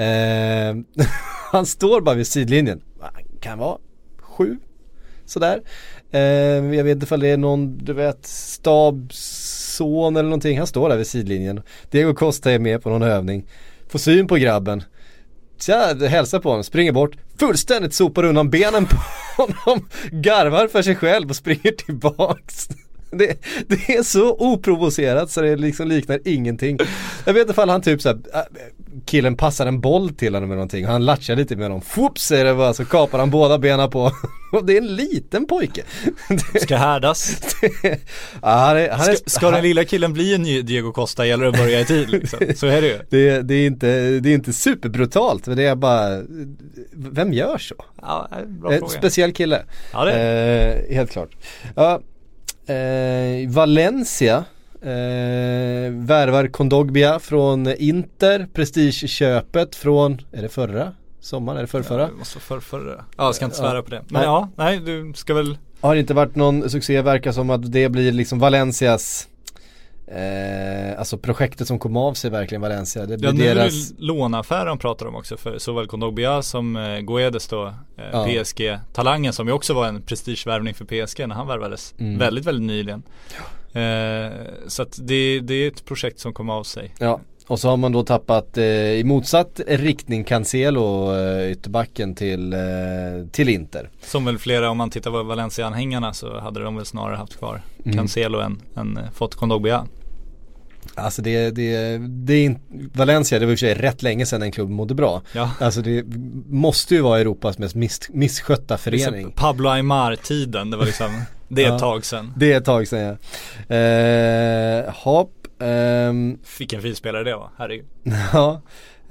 F: Han står bara vid sidlinjen. Kan vara 7 sådär. Jag vet inte om det är någon, du vet, stabsson eller någonting. Han står där vid sidlinjen. Diego Costa är med på någon övning. Får syn på grabben. Så hälsar på honom, springer bort, fullständigt sopar undan benen på honom, garvar för sig själv och springer tillbaks. Det är så oprovocerat så det liksom liknar ingenting. Jag vet inte om han typ så här, killen passar en boll till honom eller någonting, han latchar lite med honom, fups säger det bara, så kapar han båda benen på. Och det är en liten pojke.
G: Ska härdas. Ska den lilla killen bli en ny Diego Costa, gäller det att börja i tid liksom. Så är det ju.
F: Det är inte superbrutalt, men det är bara, vem gör så?
G: Ja, bra fråga.
F: Speciell kille.
G: Ja, det är.
F: Helt klart. Ja. Valencia värvar Kondogbia från Inter, prestigeköpet från, är det förra sommaren, är det förra?
G: Ja, det måste vara förra. Ja, jag ska inte svära på det. Men nej, du ska väl.
F: Har det inte varit någon succé, verkar som att det blir liksom Valencias alltså projektet som kom av sig verkligen Valencia. Det blir
G: nu är
F: deras...
G: det lånaffären pratar om också för såväl Kondogbia som Guedes då, PSG-talangen som ju också var en prestigevärvning för PSG när han värvades väldigt, väldigt nyligen. Så att det är ett projekt som kom av sig.
F: Ja, och så har man då tappat i motsatt riktning Cancelo, ytterbacken till Inter.
G: Som väl flera, om man tittar på Valencia-anhängarna så hade de väl snarare haft kvar Cancelo än fått Kondogbia.
F: Alltså det är Valencia, det var i och för sig rätt länge sedan en klubb mådde bra.
G: Ja.
F: Alltså det måste ju vara Europas mest misskötta förening.
G: Liksom Pablo Aimar-tiden, det var liksom det är ett tag sedan.
F: Det är ett tag sedan, ja. Hopp.
G: Fick en fin spelare det va, herregud.
F: Ja.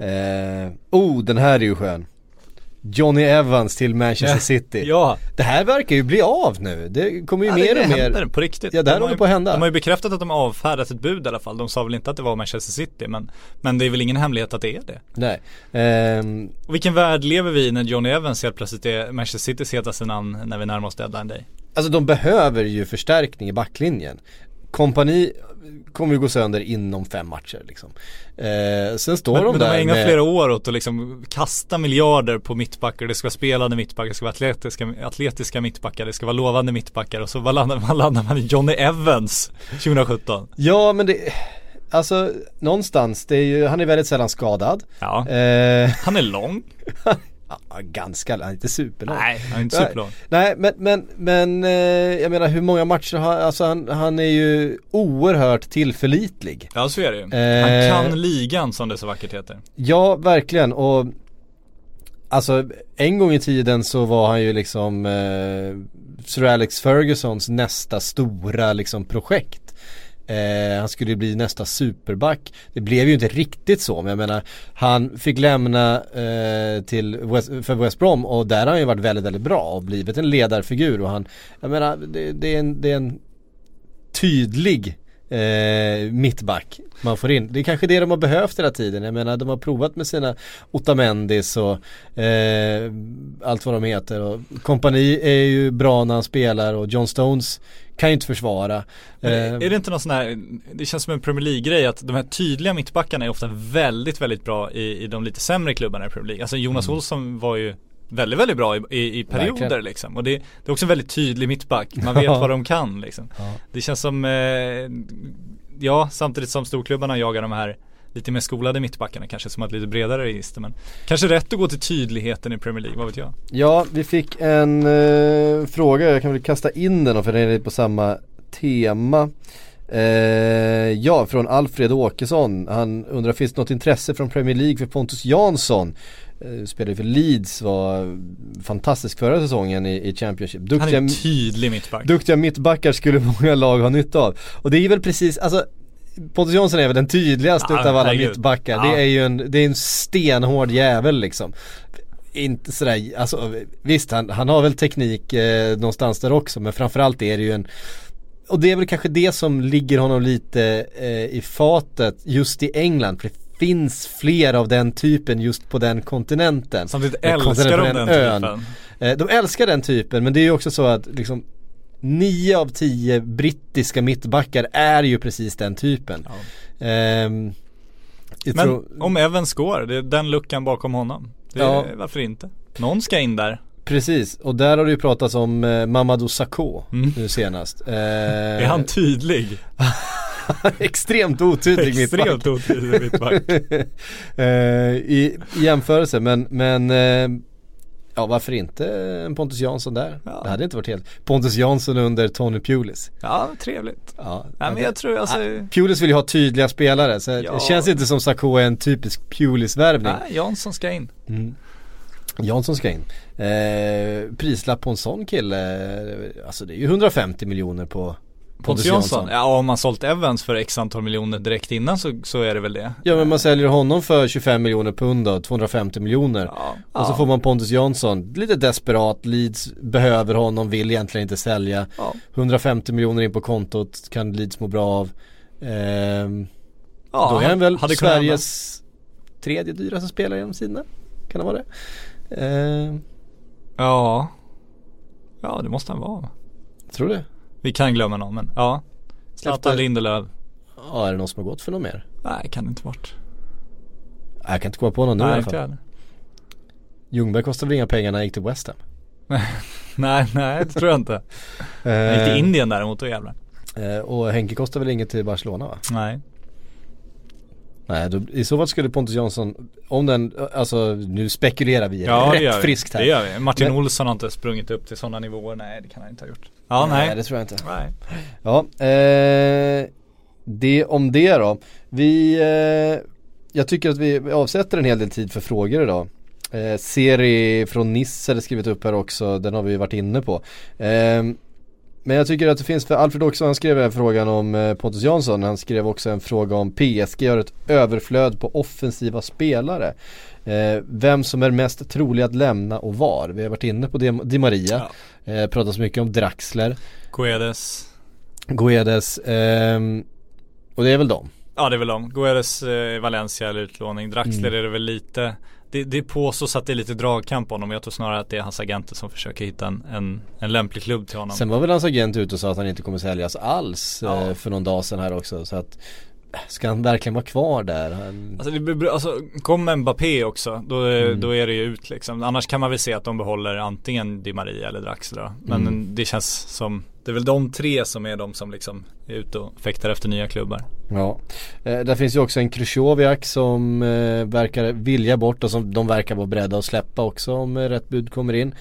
F: Den här är ju skön. Johnny Evans till Manchester City.
G: Ja.
F: Det här verkar ju bli av nu. Det kommer ju mer och mer.
G: På riktigt.
F: Ja, det här håller på att hända.
G: De har ju bekräftat att de avfärdat ett bud i alla fall. De sa väl inte att det var Manchester City, men det är väl ingen hemlighet att det är det.
F: Nej.
G: Och vilken värld lever vi i när Johnny Evans helt plötsligt är Manchester City's hetaste namn när vi närmar oss deadline day?
F: Alltså de behöver ju förstärkning i backlinjen. Kompani kommer ju gå sönder inom 5 matcher liksom. Sen står de där.
G: Men de har ägnat flera år åt att liksom kasta miljarder på mittbackar. Det ska vara spelande mittbackar, det ska vara atletiska mittbackar, det ska vara lovande mittbackar. Och så landar man i Johnny Evans 2017.
F: Ja, men det... Alltså någonstans, det är ju, han är väldigt sällan skadad.
G: Ja. Han är lång.
F: Ja, ganska, han är inte superlång.
G: Nej, han är inte superlång.
F: Nej, men jag menar hur många matcher alltså han är ju oerhört tillförlitlig.
G: Ja, så är det ju. Han kan ligan som det så vackert heter.
F: Ja, verkligen. Och alltså en gång i tiden så var han ju liksom Sir Alex Fergusons nästa stora liksom projekt. Han skulle bli nästa superback. Det blev ju inte riktigt så, men jag menar han fick lämna för West Brom och där har han ju varit väldigt, väldigt bra och blivit en ledarfigur och jag menar det är en tydlig mittback man får in. Det är kanske det de har behövt hela tiden. Jag menar de har provat med sina Otamendis och allt vad de heter och kompani är ju bra när han spelar och John Stones kan ju inte försvara.
G: Är det inte någon sån här, det känns som en Premier League-grej att de här tydliga mittbackarna är ofta väldigt, väldigt bra i de lite sämre klubbarna i Premier League. Alltså Jonas Olsson var ju väldigt, väldigt bra i perioder. Verkligen. Liksom. Och det är också en väldigt tydlig mittback. Man vet vad de kan liksom. Ja. Det känns som samtidigt som storklubbarna jagar de här lite mer skolade mittbackarna, kanske som ett lite bredare register, men kanske rätt att gå till tydligheten i Premier League, vad vet jag. Ja, vi fick en fråga, jag kan väl kasta in den för den är lite på samma tema. Från Alfred Åkesson. Han undrar, finns det något intresse från Premier League för Pontus Jansson? Spelade för Leeds, var fantastisk förra säsongen i Championship.
F: Han är
G: en tydlig mittback.
F: Duktiga mittbackar skulle många lag ha nytta av. Och det är väl precis, alltså Pontus Jansson är väl den tydligaste utav alla mittbackar. Ja. Det är en stenhård jävel liksom. Inte sådär, alltså visst han har väl teknik någonstans där också, men framförallt är det ju och det är väl kanske det som ligger honom lite i fatet just i England, för det finns fler av den typen just på den kontinenten.
G: Samtidigt älskar de den typen.
F: De älskar den typen, men det är ju också så att liksom 9 av 10 brittiska mittbackar är ju precis den typen. Ja. Men
G: om Evans går, det är den luckan bakom honom. Varför inte? Någon ska in där.
F: Precis, och där har det ju pratats om Mamadou Sakho nu senast.
G: Är han tydlig?
F: Extremt otydlig mittback. I jämförelse, men varför inte en Pontus Jansson där? Ja. Det hade inte varit helt. Pontus Jansson under Tony Pulis.
G: Ja, trevligt. Men jag tror
F: Pulis vill ju ha tydliga spelare, så det känns inte som Sakho är en typisk Pulis-värvning.
G: Nej, Jansson ska in.
F: Jansson ska in. Prislapp på en sån kille, alltså det är ju 150 miljoner på Pontus Jansson.
G: Ja, om man sålt Evans för x antal miljoner direkt innan så är det väl det.
F: Ja, men man säljer honom för 25 miljoner pund och 250 miljoner. Och så får man Pontus Jansson, lite desperat, Leeds behöver honom, vill egentligen inte sälja. 150 miljoner in på kontot, kan Leeds må bra av. Då är han väl Sveriges tredje dyraste spelare genom sidorna. Kan det vara det?
G: Det måste han vara.
F: Tror du?
G: Vi kan glömma någon, men Zlatan Lindelöf.
F: Ja, är det någon som har gått för något mer?
G: Nej, kan det inte varit.
F: Jag kan inte komma på någon nu i alla fall.
G: Inte
F: Ljungberg kostar väl inga pengar när han gick till West Ham?
G: nej, det tror jag inte. Han gick till Indien däremot och jävlar.
F: Och Henke kostar väl inget till Barcelona, va? Nej, då, i så fall skulle Pontus Jansson, om den, alltså nu spekulerar vi rätt friskt här.
G: Det gör vi. Martin Olsson har inte sprungit upp till sådana nivåer. Nej, det kan han inte ha gjort.
F: Nej, det tror jag inte.
G: Nej.
F: Ja, det om det då. Jag tycker att vi avsätter en hel del tid för frågor idag. Seri från Nice hade skrivit upp här också, den har vi varit inne på. Men jag tycker att det finns, för Alfred också, han skrev en frågan om Pontus Jansson, han skrev också en fråga om PSG har ett överflöd på offensiva spelare. Vem som är mest trolig att lämna och var. Vi har varit inne på Di Maria, pratat så mycket om Draxler, Guedes, och det är väl dem.
G: Ja, det är väl dem. Guedes, Valencia eller utlåning. Draxler är det väl lite. Det är på så att det är lite dragkamp på honom. Jag tror snarare att det är hans agenter som försöker hitta en lämplig klubb till honom.
F: Sen var väl hans agent ute och sa att han inte kommer säljas alls för någon dag sedan här också. Så att, ska han verkligen vara kvar där?
G: Alltså kommer Mbappé också, då är det ju ut liksom. Annars kan man väl se att de behåller antingen Di Maria eller Draxler. Men det känns som, det är väl de tre som är de som liksom är ute och fäktar efter nya klubbar. Ja,
F: där finns ju också en Krychowiak som verkar vilja bort och som de verkar vara beredda att släppa också om rätt bud kommer in.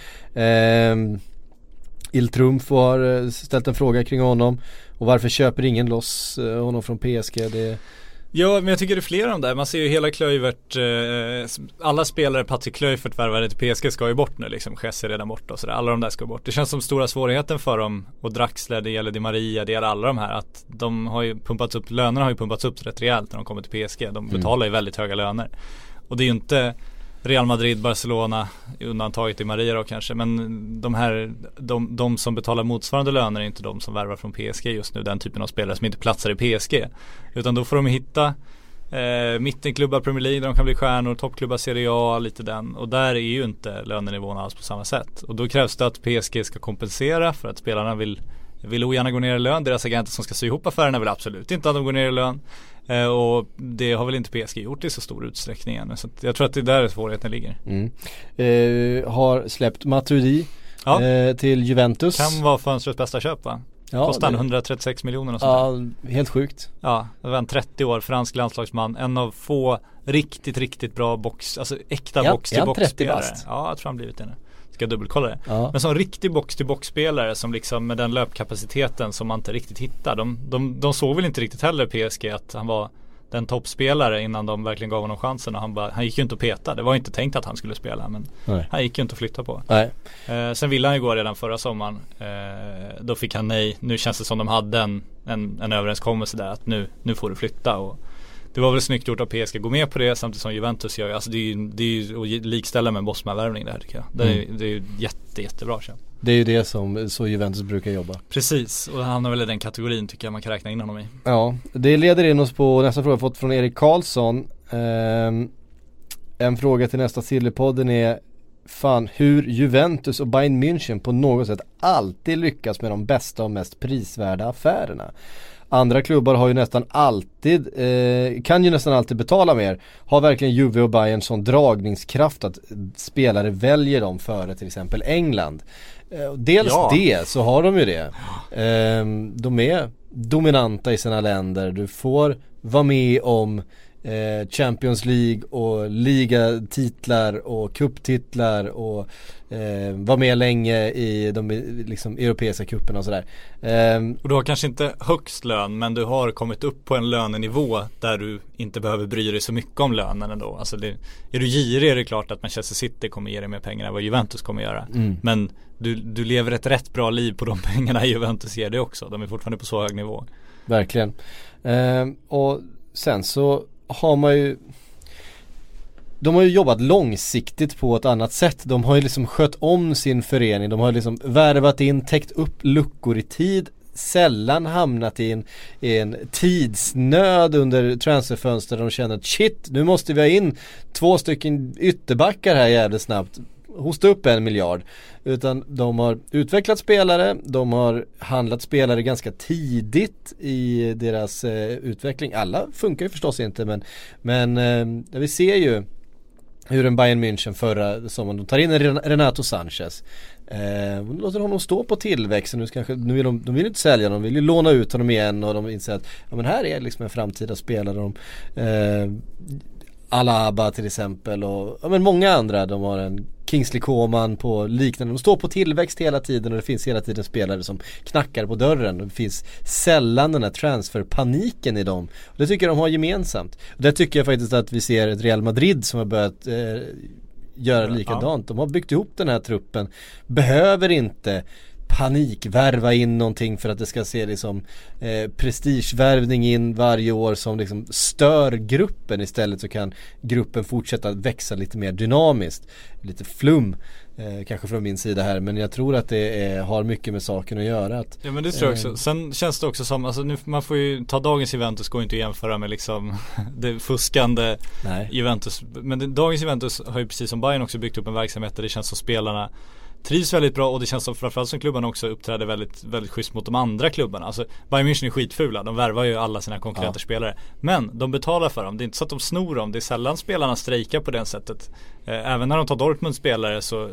F: Il Trumf har ställt en fråga kring honom. Och varför köper ingen loss honom från PSG?
G: Ja, men jag tycker det är flera om där. Man ser ju hela Kluivert, alla spelare Patrick Kluivert värvade till PSG ska ju bort nu liksom. Chess är redan borta och sådär. Alla de där ska bort. Det känns som stora svårigheten för dem. Och Draxler, det gäller Di Maria, det gäller alla de här. Att de har ju pumpats upp, lönerna har ju pumpats upp rätt rejält när de kommer till PSG. De betalar ju väldigt höga löner. Och det är ju inte Real Madrid, Barcelona, undantaget i Maria då kanske, men de som betalar motsvarande löner är inte de som värvar från PSG just nu, den typen av spelare som inte platsar i PSG, utan då får de hitta mittenklubbar Premier League där de kan bli stjärnor, toppklubbar Serie A, lite den, och där är ju inte lönenivån alls på samma sätt, och då krävs det att PSG ska kompensera för att spelarna vill ogärna gå ner i lön. Deras agenter som ska sy ihop affärerna vill absolut inte att de går ner i lön. Och det har väl inte PSG gjort i så stor utsträckning än. Så jag tror att det är där svårigheten ligger.
F: Har släppt Matuidi till Juventus.
G: Kan vara fönstrets bästa köp, va? Kostar 136 miljoner och sånt.
F: Ja, helt sjukt.
G: Ja, det var en 30 år fransk landslagsman. En av få riktigt bra äkta box-till-box-spelare. Ja, jag tror han blivit det nu. Ska dubbelkolla det. Ja. Men som riktig box-till-box-spelare som liksom med den löpkapaciteten som man inte riktigt hittar. De såg väl inte riktigt heller PSG att han var den toppspelare innan de verkligen gav honom chansen, och han gick ju inte att peta. Det var inte tänkt att han skulle spela, men han gick ju inte att flytta på. Sen ville han ju gå redan förra sommaren. Då fick han nej. Nu känns det som de hade en överenskommelse där att nu får du flytta, och det var väl snyggt gjort av PSG att gå med på det, samtidigt som Juventus gör. Alltså det är ju att likställa med en Bosman-värvning där, tycker jag. Det är ju jättebra köp. Det är ju det som så Juventus brukar jobba. Precis, och han har väl i den kategorin tycker jag man kan räkna in honom i. Ja, det leder in oss på nästa fråga fått från Erik Karlsson. En fråga till nästa Sillypodden är hur Juventus och Bayern München på något sätt alltid lyckas med de bästa och mest prisvärda affärerna. Andra klubbar har ju kan ju nästan alltid betala mer. Har verkligen Juve och Bayern sån dragningskraft att spelare väljer dem före till exempel England? Dels det, så har de ju det. De är dominanta i sina länder. Du får vara med om Champions League och ligatitlar och cuptitlar och var med länge i de liksom europeiska cuperna och sådär. Och du har kanske inte högst lön, men du har kommit upp på en lönenivå där du inte behöver bry dig så mycket om lönen ändå. Alltså är du girig är det klart att Manchester City kommer ge dig mer pengar än vad Juventus kommer göra. Men du lever ett rätt bra liv på de pengarna Juventus ger dig också. De är fortfarande på så hög nivå. Verkligen. Och sen så har de har ju jobbat långsiktigt på ett annat sätt. De har ju liksom skött om sin förening. De har liksom värvat in, täckt upp luckor i tid, sällan hamnat i en tidsnöd under transferfönster där de känner att shit, nu måste vi ha in 2 stycken ytterbackar här jävligt snabbt.
F: hosta upp 1 miljard, utan de har utvecklat spelare, de har handlat spelare ganska tidigt i deras utveckling. Alla funkar ju förstås inte, men vi ser ju hur en Bayern München förra sommaren, de tar in en Renato Sanchez, låter honom stå på tillväxten. Nu vill de vill inte sälja, de vill ju låna ut honom igen, och de inser att men här är liksom en framtida spelare. Alaba till exempel, och men många andra. De har en Kingsley Coman på liknande. De står på tillväxt hela tiden, och det finns hela tiden spelare som knackar på dörren. Det finns sällan den här transferpaniken i dem. Och det tycker jag de har gemensamt. Och det tycker jag faktiskt att vi ser ett Real Madrid som har börjat göra likadant. De har byggt ihop den här truppen. Behöver inte panikvärva in någonting för att det ska se liksom prestigevärvning in varje år som liksom stör gruppen. Istället så kan gruppen fortsätta växa lite mer dynamiskt. Lite flum kanske från min sida här, men jag tror att det har mycket med saken att göra.
G: Ja, men det tror jag också. Sen känns det också som, alltså nu, man får ju ta dagens Juventus, går inte att jämföra med liksom det fuskande Juventus. Men dagens Juventus har ju precis som Bayern också byggt upp en verksamhet där det känns som spelarna trivs väldigt bra, och det känns som framförallt som klubbarna också uppträder väldigt, väldigt schysst mot de andra klubbarna. Alltså Bayern München är skitfula, de värvar ju alla sina konkurrenter spelare, men de betalar för dem, det är inte så att de snor dem, det är sällan spelarna strejkar på det sättet. Även när de tar Dortmund spelare så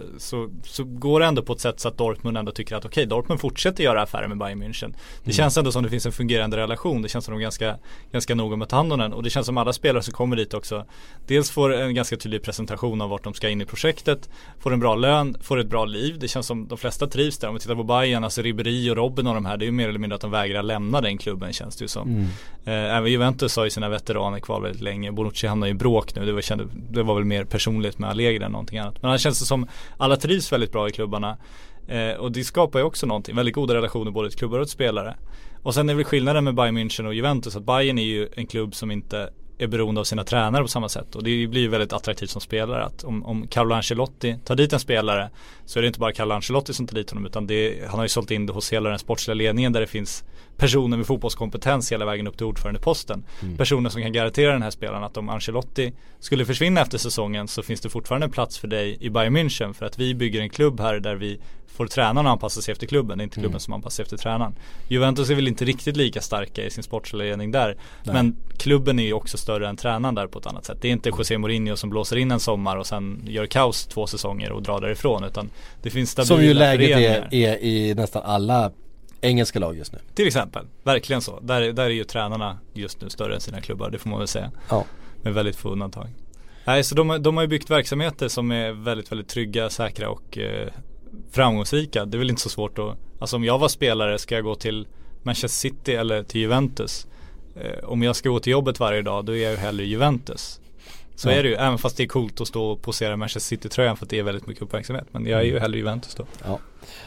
G: går det ändå på ett sätt så att Dortmund ändå tycker att okej, Dortmund fortsätter göra affärer med Bayern München. Det känns ändå som det finns en fungerande relation, det känns som de ganska noga med att ta hand om den, och det känns som alla spelare som kommer dit också dels får en ganska tydlig presentation av vart de ska in i projektet, får en bra lön, får ett bra liv. Det känns som de flesta trivs där. Om vi tittar på Bayern, alltså Ribéry och Robben och de här, det är ju mer eller mindre att de vägrar lämna den klubben, känns det ju som. Även Juventus har ju sina veteraner kvar väldigt länge. Bonucci hamnar i bråk nu, det var väl mer personligt med Allegri än någonting annat. Men det känns det som alla trivs väldigt bra i klubbarna, och det skapar ju också någonting, väldigt goda relationer både till klubbar och till spelare. Och sen är väl skillnaden med Bayern München och Juventus att Bayern är ju en klubb som inte är beroende av sina tränare på samma sätt, och det blir ju väldigt attraktivt som spelare att om Carlo Ancelotti tar dit en spelare, så är det inte bara Carlo Ancelotti som tar dit honom, utan han har ju sålt in det hos hela den sportsliga ledningen där det finns personer med fotbollskompetens hela vägen upp till ordförandeposten. Personer som kan garantera den här spelaren att om Ancelotti skulle försvinna efter säsongen, så finns det fortfarande en plats för dig i Bayern München, för att vi bygger en klubb här där vi får tränarna anpassa sig efter klubben, det är inte klubben som anpassar sig efter tränaren. Juventus är väl inte riktigt lika starka i sin sportsliga ledning där. Men klubben är ju också större än tränaren där på ett annat sätt. Det är inte José Mourinho som blåser in en sommar och sen gör kaos 2 säsonger och drar därifrån, utan det finns stabila föreningar. Som ju läget
F: är i nästan alla engelska lag just nu.
G: Till exempel, verkligen så. Där är ju tränarna just nu större än sina klubbar, det får man väl säga.
F: Ja.
G: Med väldigt få undantag. Nej, så de har ju byggt verksamheter som är väldigt, väldigt trygga, säkra och framgångsrika. Det är väl inte så svårt att, alltså om jag var spelare, ska jag gå till Manchester City eller till Juventus? Om jag ska gå till jobbet varje dag, då är jag ju hellre Juventus. Så är det ju, även fast det är coolt att stå och posera Manchester City-tröjan för att det är väldigt mycket uppmärksamhet. Men jag är ju hellre Juventus då.
F: Ja.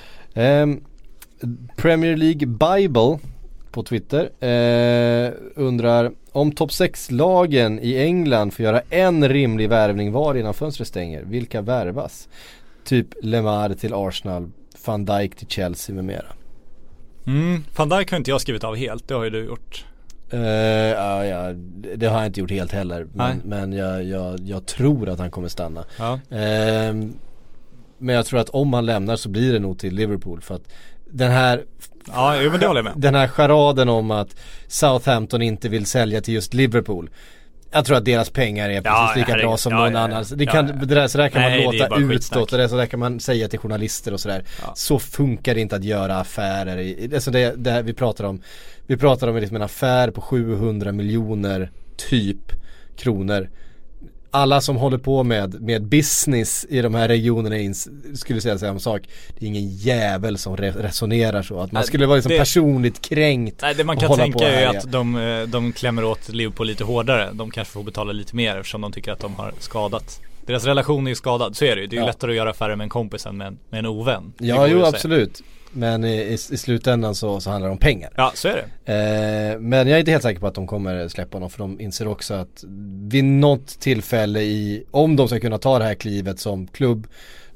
F: Premier League Bible på Twitter undrar om topp 6-lagen i England får göra en rimlig värvning var innan fönstret stänger. Vilka värvas? Typ Lemar till Arsenal, Van Dijk till Chelsea med mera.
G: Van Dijk har inte jag skrivit av helt, det har ju du gjort.
F: Ja, det har jag inte gjort helt heller. Men jag tror att han kommer stanna.
G: Ja.
F: Men jag tror att om han lämnar så blir det nog till Liverpool, för att den här
G: men det håller jag med.
F: Den här charaden om att Southampton inte vill sälja till just Liverpool, jag tror att deras pengar är precis lika bra som någon annan. Så där kan man låta utåt, och så där kan man säga till journalister och sådär. Så funkar det inte att göra affärer. Alltså det här vi pratar om liksom en affär på 700 miljoner typ kronor. Alla som håller på med business i de här regionerna skulle säga samma sak. Det är ingen jävel som resonerar så. Att man skulle vara liksom personligt kränkt.
G: Nej, det man kan tänka är att de klämmer åt Liverpool lite hårdare. De kanske får betala lite mer eftersom de tycker att de har skadat. Deras relation är ju skadad, så är det ju. Det är ju lättare att göra affärer med en kompis än med en ovän.
F: Ja, absolut. Men i slutändan så handlar det om pengar.
G: Ja, så är det.
F: Men jag är inte helt säker på att de kommer släppa honom, för de inser också att vid något tillfälle om de ska kunna ta det här klivet som klubb,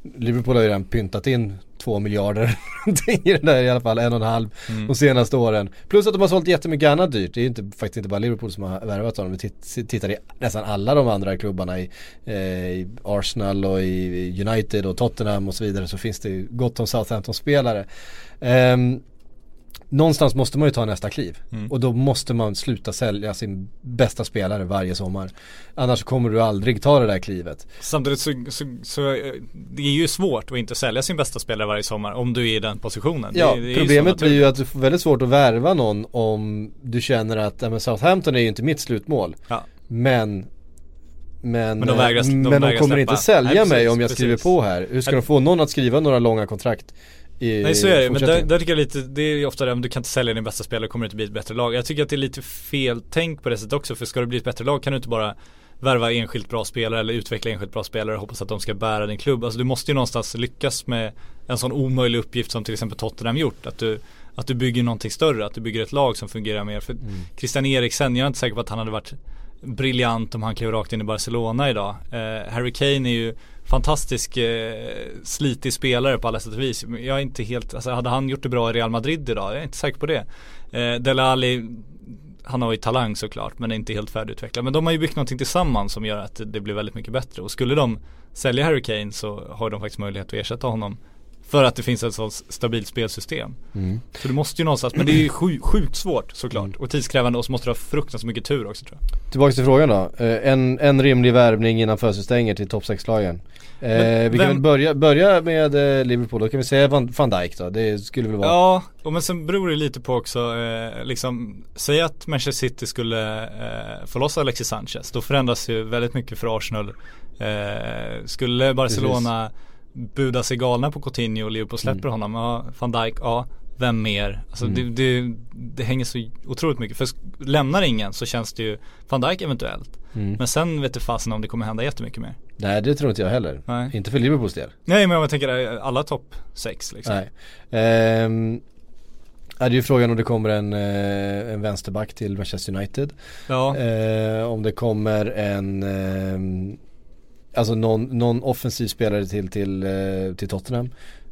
F: Liverpool har ju redan pyntat in 2 miljarder i den där, i alla fall 1,5 de senaste åren. Plus att de har sålt jättemycket annat dyrt. Det är ju faktiskt inte bara Liverpool som har värvat dem. Vi tittar i nästan alla de andra klubbarna i Arsenal och i United och Tottenham och så vidare, så finns det ju gott om Southampton-spelare. Någonstans måste man ju ta nästa kliv. Och då måste man sluta sälja sin bästa spelare varje sommar. Annars kommer du aldrig ta det där klivet.
G: Samtidigt så det är ju svårt att inte sälja sin bästa spelare varje sommar om du är i den positionen.
F: Ja,
G: det
F: problemet blir ju att du får väldigt svårt att värva någon om du känner att Southampton är ju inte mitt slutmål. Ja. Men de kommer inte sälja mig om jag skriver på här. Hur ska de få någon att skriva några långa kontrakt?
G: Nej, så är det, men där tycker jag lite, det är ju ofta det, om du kan inte sälja din bästa spelare kommer det inte bli ett bättre lag. Jag tycker att det är lite fel tänk på det sättet också, för ska det bli ett bättre lag kan du inte bara värva enskilt bra spelare eller utveckla enskilt bra spelare och hoppas att de ska bära din klubb. Alltså du måste ju någonstans lyckas med en sån omöjlig uppgift som till exempel Tottenham gjort, att du bygger någonting större, att du bygger ett lag som fungerar mer. För Christian Eriksen, jag är inte säker på att han hade varit briljant om han klev rakt in i Barcelona idag. Harry Kane är ju fantastisk slitig spelare på alla sätt och vis. Jag är inte helt, alltså hade han gjort det bra i Real Madrid idag? Jag är inte säker på det. Dele Alli, han har ju talang såklart, men är inte helt färdigutvecklad. Men de har ju byggt någonting tillsammans som gör att det blir väldigt mycket bättre. Och skulle de sälja Harry Kane så har de faktiskt möjlighet att ersätta honom, för att det finns ett sånt stabilt spelsystem. Så du måste ju någonstans, men det är ju sjukt svårt såklart. Och tidskrävande, och så måste du ha fruktansvärt mycket tur också, tror jag.
F: Tillbaka till frågan då. En rimlig värvning innan fönstret till topp 6-lagen. Vi kan väl börja med Liverpool. Då kan vi säga Van Dijk då. Det skulle väl vara.
G: Ja, och men sen beror det lite på också liksom, säg att Manchester City skulle få loss Alexis Sanchez. Då förändras ju väldigt mycket för Arsenal. Skulle Barcelona buda sig galna på Coutinho och Liverpool släpper honom, ja, Van Dijk, ja, vem mer? Alltså det hänger så otroligt mycket. För lämnar ingen så känns det ju Van Dijk eventuellt. Men sen vet du fasen om det kommer hända jättemycket mer.
F: Nej, det tror inte jag heller. Nej. Inte för Liverpools del.
G: Nej, men jag tänker alla topp 6 liksom.
F: Nej. Det är ju frågan om det kommer en vänsterback till Manchester United. Ja. Om det kommer en alltså någon offensiv spelare till Tottenham.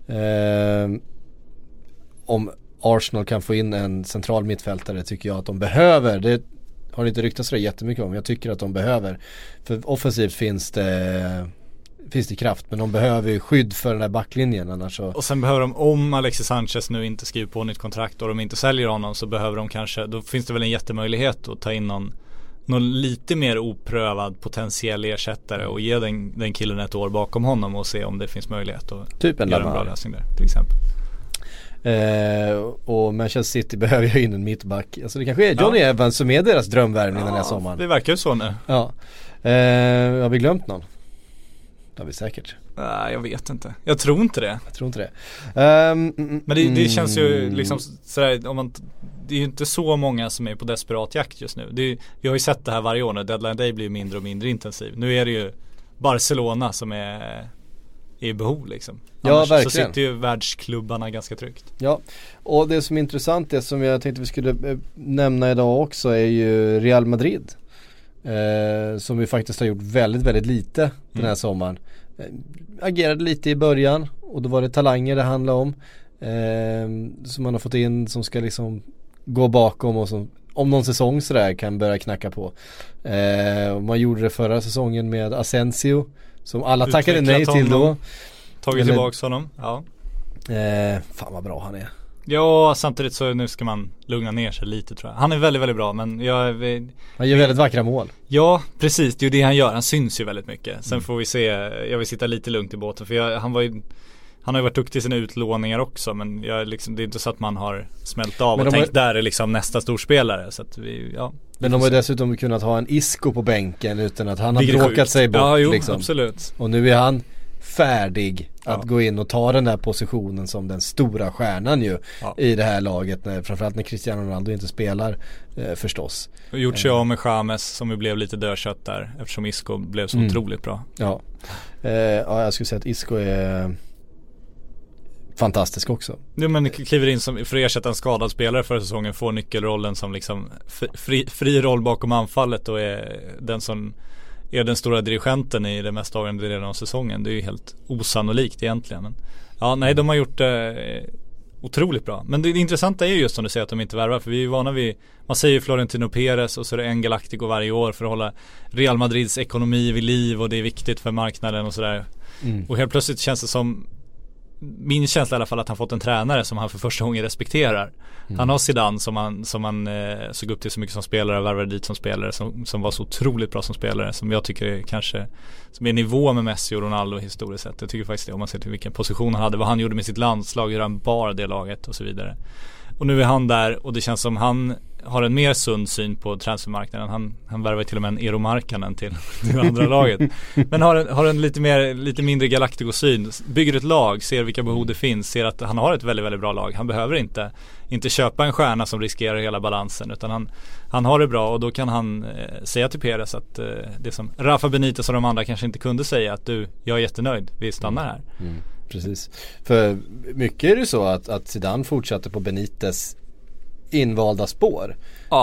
F: Om Arsenal kan få in en central mittfältare, tycker jag att de behöver. Det har inte ryktats så jättemycket om. Jag tycker att de behöver. För offensivt finns det kraft, men de behöver ju skydd för den här backlinjen annars så. Och
G: sen behöver de, om Alexis Sanchez nu inte skriver på nytt kontrakt och de inte säljer honom, så behöver de kanske, då finns det väl en jättemöjlighet att ta in någon lite mer oprövad potentiell ersättare och ge den killen ett år bakom honom och se om det finns möjlighet att
F: typ
G: göra en bra lösning där, till exempel.
F: Och Manchester City behöver ju in en mittback. Alltså det kanske är Johnny Evans som är deras drömvärvning den här sommaren.
G: Det verkar ju så nu.
F: Ja. Har vi glömt någon? Det har vi säkert.
G: Nej, jag vet inte. Jag tror inte det. Men det känns ju liksom sådär, det är ju inte så många som är på desperat jakt just nu. Vi har ju sett det här varje år när Deadline Day blir mindre och mindre intensiv. Nu är det ju Barcelona som är i behov liksom. Annars ja, verkligen. Så sitter ju världsklubbarna ganska tryggt. Ja,
F: och det som är intressant, det som jag tänkte vi skulle nämna idag också, är ju Real Madrid. Som ju faktiskt har gjort väldigt, väldigt lite den här sommaren. Agerade lite i början och då var det talanger det handlade om. Som man har fått in som ska liksom gå bakom och som om någon säsong sådär kan börja knacka på. Man gjorde det förra säsongen med Asensio som alla tackade nej till då.
G: Tagit tillbaka honom. Ja.
F: Fan vad bra han är.
G: Ja, samtidigt så nu ska man lugna ner sig lite, tror jag. Han är väldigt, väldigt bra, men
F: han gör väldigt vackra mål.
G: Ja, precis. Det är ju det han gör. Han syns ju väldigt mycket. Sen får vi se. Jag vill sitta lite lugnt i båten, för han har ju varit duktig i sina utlåningar också, men det är inte så att man har smält av och tänkt där är liksom nästa storspelare, så att
F: men de har dessutom kunnat ha en Isco på bänken utan att han har bråkat sig bort.
G: Ja, jo,
F: liksom.
G: Absolut.
F: Och nu är han färdig att gå in och ta den där positionen som den stora stjärnan ju i det här laget, framförallt när Cristiano Ronaldo inte spelar förstås.
G: Och gjort sig av med James som ju blev lite dörrkött där eftersom Isco blev så otroligt bra.
F: Ja. Jag skulle säga att Isco är fantastisk också.
G: Ja, men kliver in som för att ersätta en skadad spelare för säsongen, får nyckelrollen som liksom fri roll bakom anfallet och är den som är den stora dirigenten i det mest avgörande delen av säsongen. Det är ju helt osannolikt egentligen. Men, ja, nej, de har gjort det otroligt bra. Men det intressanta är ju just som du säger att de inte värvar. För vi är ju vana vid, man säger ju Florentino Perez och så är det en Galactico varje år för att hålla Real Madrids ekonomi vid liv och det är viktigt för marknaden och sådär. Och helt plötsligt känns det som, min känsla i alla fall, att han fått en tränare som han för första gången respekterar. Han har Zidane som han såg upp till så mycket som spelare, värvade dit som spelare, som var så otroligt bra som spelare, som jag tycker är kanske som är nivå med Messi och Ronaldo historiskt sett. Jag tycker faktiskt det, om man ser till vilken position han hade, vad han gjorde med sitt landslag, hur han bar det laget och så vidare. Och nu är han där och det känns som han har en mer sund syn på transfermarknaden. Han värvar till och med en Eero Markkanen till andra laget. Men har en lite mindre Galactico-syn. Bygger ett lag, ser vilka behov det finns, ser att han har ett väldigt, väldigt bra lag. Han behöver inte köpa en stjärna som riskerar hela balansen, utan han har det bra och då kan han säga till Perez att det som Rafa Benitez och de andra kanske inte kunde säga, att jag är jättenöjd, vi stannar här.
F: Precis. För mycket är det så att Zidane fortsatte på Benitez invalda spår. Ja.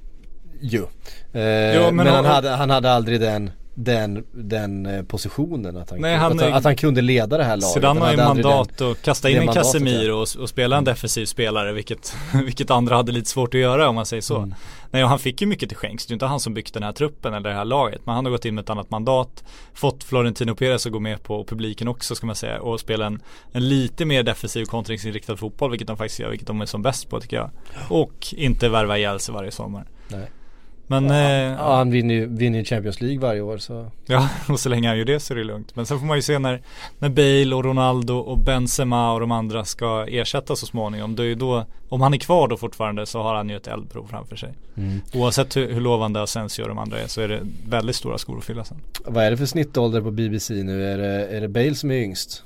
F: Men han hade aldrig den positionen att han kunde leda det här laget.
G: Zidane har ju mandat att kasta in en Casemiro och spela en defensiv spelare, vilket andra hade lite svårt att göra, om man säger så. Nej, och han fick ju mycket till skänks. Det är inte han som byggt den här truppen eller det här laget, men han har gått in med ett annat mandat, fått Florentino Perez att gå med på, och publiken också ska man säga, och spela en lite mer defensiv kontringsinriktad fotboll, vilket de faktiskt gör, vilket de är som bäst på tycker jag. Och inte värva ihjäl sig varje sommar. Nej. Men
F: han vinner ju Champions League varje år så. Ja,
G: och så länge han gör det så är det lugnt. Men sen får man ju se när Bale och Ronaldo och Benzema och de andra ska ersätta så småningom. Det är ju då, om han är kvar då fortfarande, så har han ju ett eldprov framför sig. Oavsett hur lovande Asensio och de andra är, så är det väldigt stora skor att fylla sen.
F: Vad är det för snittålder på BBC nu? Är det Bale som är yngst?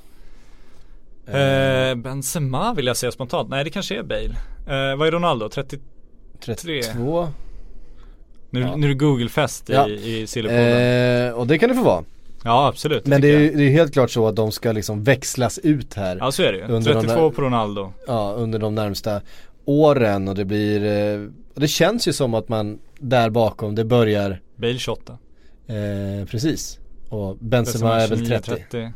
G: Benzema vill jag säga spontant. Nej, det kanske är Bale. Vad är Ronaldo?
F: 32?
G: Nu är det Google-fest i Silverpoolen.
F: Och det kan det få vara.
G: Ja, absolut.
F: Men det är helt klart så att de ska liksom växlas ut här.
G: Ja, så är det ju. 32 på Ronaldo.
F: Ja, under de närmsta åren. Och det blir det känns ju som att man där bakom, det börjar
G: Bale 28.
F: Precis. Och Benzema är väl 30.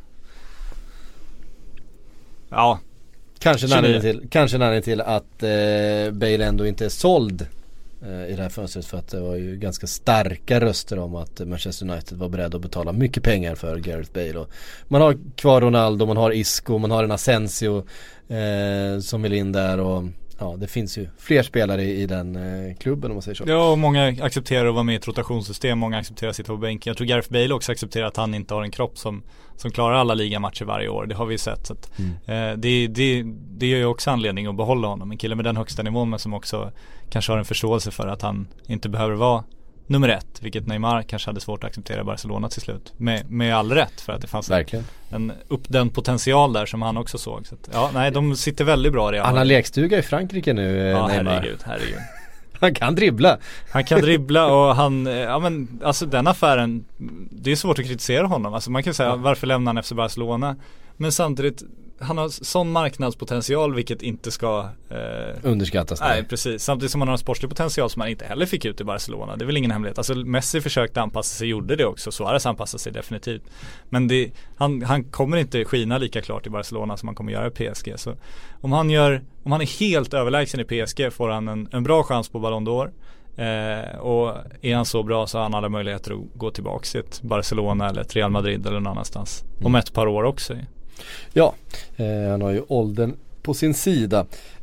G: Ja.
F: Kanske när till att Bale ändå inte är såld i det här fönstret, för att det var ju ganska starka röster om att Manchester United var beredd att betala mycket pengar för Gareth Bale. Och man har kvar Ronaldo, man har Isco, man har en Asensio som vill in där, och ja, det finns ju fler spelare i den klubben om man säger så.
G: Ja, och många accepterar att vara med i ett rotationssystem, många accepterar att sitta på bänken. Jag tror Gareth Bale också accepterar att han inte har en kropp som klarar alla ligamatcher varje år. Det har vi sett. Så att, det är ju också anledning att behålla honom. En kille med den högsta nivån, men som också kanske har en förståelse för att han inte behöver vara nummer 1, vilket Neymar kanske hade svårt att acceptera i Barcelona till slut. Med all rätt, för att det fanns den potential där som han också såg. Så att, ja, nej, de sitter väldigt bra i.
F: Han har lekstuga i Frankrike nu,
G: Neymar. Herregud.
F: Han kan dribbla.
G: Och alltså den affären, det är svårt att kritisera honom. Alltså man kan säga, varför lämnar han FC Barcelona? Men samtidigt, han har sån marknadspotential, vilket inte ska
F: underskattas.
G: Nej, precis. Samtidigt som han har en sportslig potential som han inte heller fick ut i Barcelona. Det är väl ingen hemlighet. Alltså Messi försökte anpassa sig, gjorde det också. Suarez anpassade sig definitivt. Men han kommer inte skina lika klart i Barcelona som han kommer göra i PSG. Så om han är helt överlägsen i PSG, får han en bra chans på Ballon d'Or. Och är han så bra, så har han alla möjligheter att gå tillbaka till ett Barcelona eller ett Real Madrid eller någon annanstans. Om ett par år också.
F: Ja, han har ju åldern på sin sida.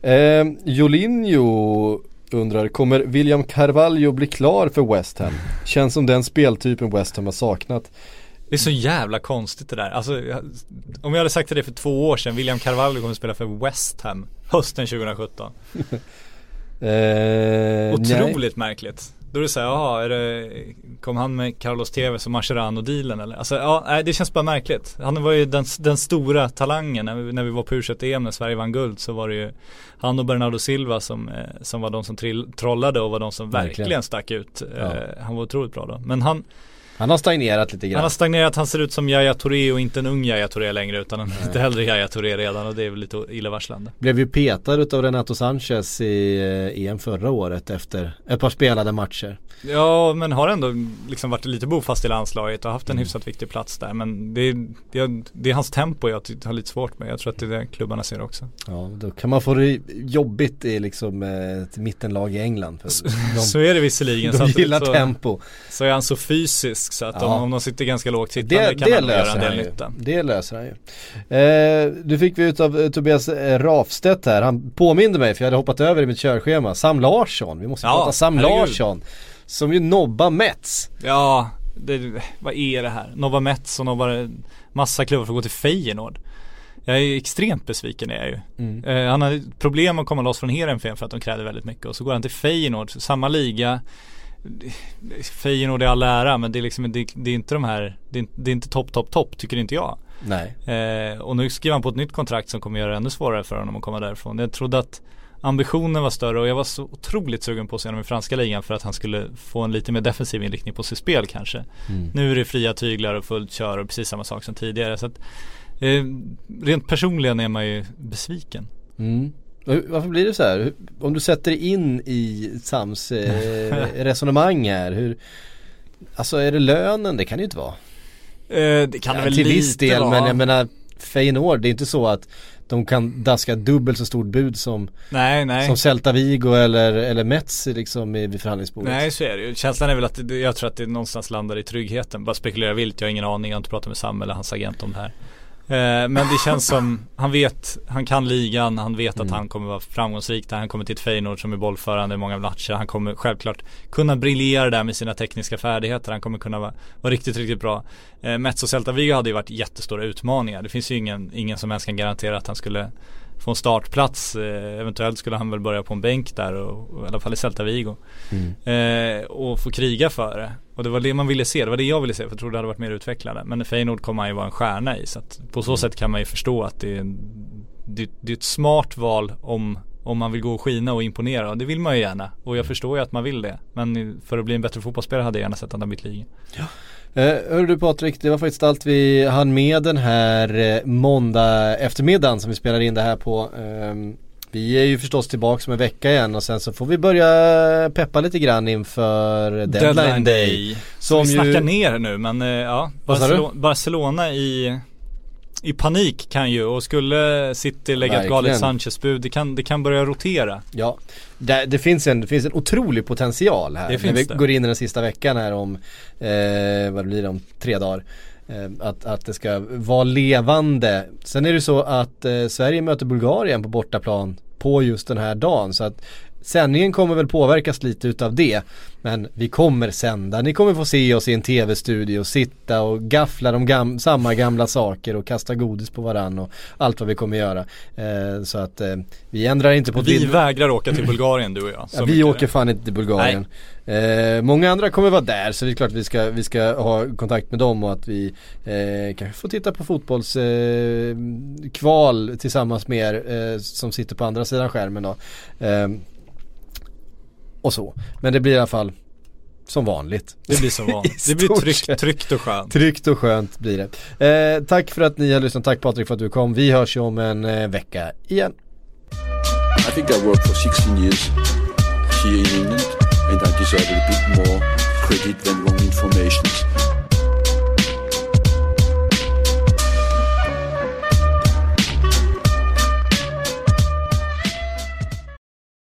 F: Jolinho undrar, kommer William Carvalho bli klar för West Ham? Känns som den speltypen West Ham har saknat.
G: Det är så jävla konstigt det där. Alltså, om jag hade sagt det för 2 år sedan, William Carvalho kommer spela för West Ham hösten 2017. Otroligt märkligt. Då är det så här, kom han med Carlos Tevez och Mascherano-dealen eller? Alltså, ja, det känns bara märkligt. Han var ju den stora talangen när vi var på U21-EM när Sverige vann guld, så var det ju han och Bernardo Silva som var de som trollade och var de som verkligen stack ut. Han var otroligt bra då. Men
F: Han har stagnerat lite grann.
G: Han ser ut som Yaya Touré och inte en ung Yaya Touré längre, utan en lite äldre Yaya Touré redan, och det är väl lite illavarslande.
F: Blev ju petad utav Renato Sanchez i EM förra året efter ett par spelade matcher.
G: Ja, men har ändå liksom varit lite bofast i landslaget och haft en hyfsat viktig plats där. Men det är hans tempo jag har lite svårt med. Jag tror att det är det klubbarna ser också.
F: Ja, då kan man få det jobbigt i liksom ett mittenlag i England. För
G: så är det visserligen.
F: De gillar tempo.
G: Så är han så fysisk så att om de sitter ganska lågt sittande
F: kan
G: han göra en del nytta.
F: Det löser han ju. Du fick vi ut av Tobias Rafstedt här. Han påminde mig, för jag hade hoppat över i mitt körschema. Sam Larsson, vi måste prata Sam Larsson. Som ju nobbar Mets.
G: Ja, vad är det här? Nobbar Mets och nobbar massa klubbar för att gå till Feyenoord. Jag är extremt besviken är jag ju. Han har problem att komma loss från Heerenveen för att de kräver väldigt mycket. Och så går han till Feyenoord, samma liga. Feyenoord är all ära, men det är liksom det är inte de här, det är inte topp tycker inte jag.
F: Nej.
G: Och nu skriver han på ett nytt kontrakt som kommer göra det ännu svårare för honom att komma därifrån. Jag trodde att ambitionen var större, och jag var så otroligt sugen på att se honom i franska ligan för att han skulle få en lite mer defensiv inriktning på sitt spel kanske. Nu är det fria tyglar och fullt kör och precis samma sak som tidigare, så att rent personligen är man ju besviken.
F: Varför blir det så här? Om du sätter in i Sams resonemang här, alltså är det lönen? Det kan det ju inte vara.
G: Det kan det väl
F: till
G: lite
F: viss del
G: vara.
F: Men jag menar Feyenoord, det är inte så att de kan daska dubbelt så stort bud som Celta Vigo eller Mets liksom vid förhandlingsbordet.
G: Nej, så är det ju. Känslan är väl att jag tror att det någonstans landar i tryggheten. Bara spekulerar vilt, jag har ingen aning, jag har inte pratat med Sam eller hans agent om det här. Men det känns som han kan ligan, han vet att han kommer vara framgångsrik där. Han kommer till ett Feyenoord som är bollförande i många matcher. Han kommer självklart kunna briljera där med sina tekniska färdigheter. Han kommer kunna vara riktigt, riktigt bra. Mets och Celta Vigo hade ju varit jättestora utmaningar. Det finns ju ingen som ens kan garantera att han skulle få en startplats. Eventuellt skulle han väl börja på en bänk där, och i alla fall i Celta Vigo. Och få kriga för det. Och det var det man ville se, det var det jag ville se, för jag trodde det hade varit mer utvecklande. Men Feyenoord kommer han ju vara en stjärna i, så att på så sätt kan man ju förstå att det är ett smart val om man vill gå och skina och imponera, och det vill man ju gärna. Och jag förstår ju att man vill det, men för att bli en bättre fotbollsspelare hade jag gärna sett att han bytt liga.
F: Ja. Hör du Patrik, det var faktiskt allt vi hann med den här måndag eftermiddagen som vi spelar in det här på. Vi är ju förstås tillbaka om en vecka igen, och sen så får vi börja peppa lite grann inför Deadline Day.
G: Som vi snackar ner nu, men ja, Barcelona i panik kan ju, och skulle City lägga ett galet Sanchez-bud, det kan börja rotera. Ja,
F: det finns en otrolig potential här när vi går in i den sista veckan här om vad blir det om 3 dagar. Att det ska vara levande. Sen är det så att Sverige möter Bulgarien på bortaplan på just den här dagen, så att sändningen kommer väl påverkas lite utav det, men vi kommer sända. Ni kommer få se oss i en tv-studio och sitta och gaffla samma gamla saker och kasta godis på varann och allt vad vi kommer göra. Så att vi ändrar inte på...
G: Vi vägrar åka till Bulgarien, du och jag.
F: Ja, vi åker fan inte till Bulgarien. Många andra kommer vara där, så det är klart vi ska ha kontakt med dem, och att vi kanske får titta på fotbollskval tillsammans med er som sitter på andra sidan skärmen då. Och så. Men det blir i alla fall som vanligt.
G: Det blir som vanligt. Det blir tryggt och skönt.
F: Tryggt och skönt blir det. Tack för att ni har lyssnat. Tack Patrik för att du kom. Vi hörs ju om en vecka igen.
C: I think I worked for 16 years here in England, and I deserve a bit more credit than wrong information.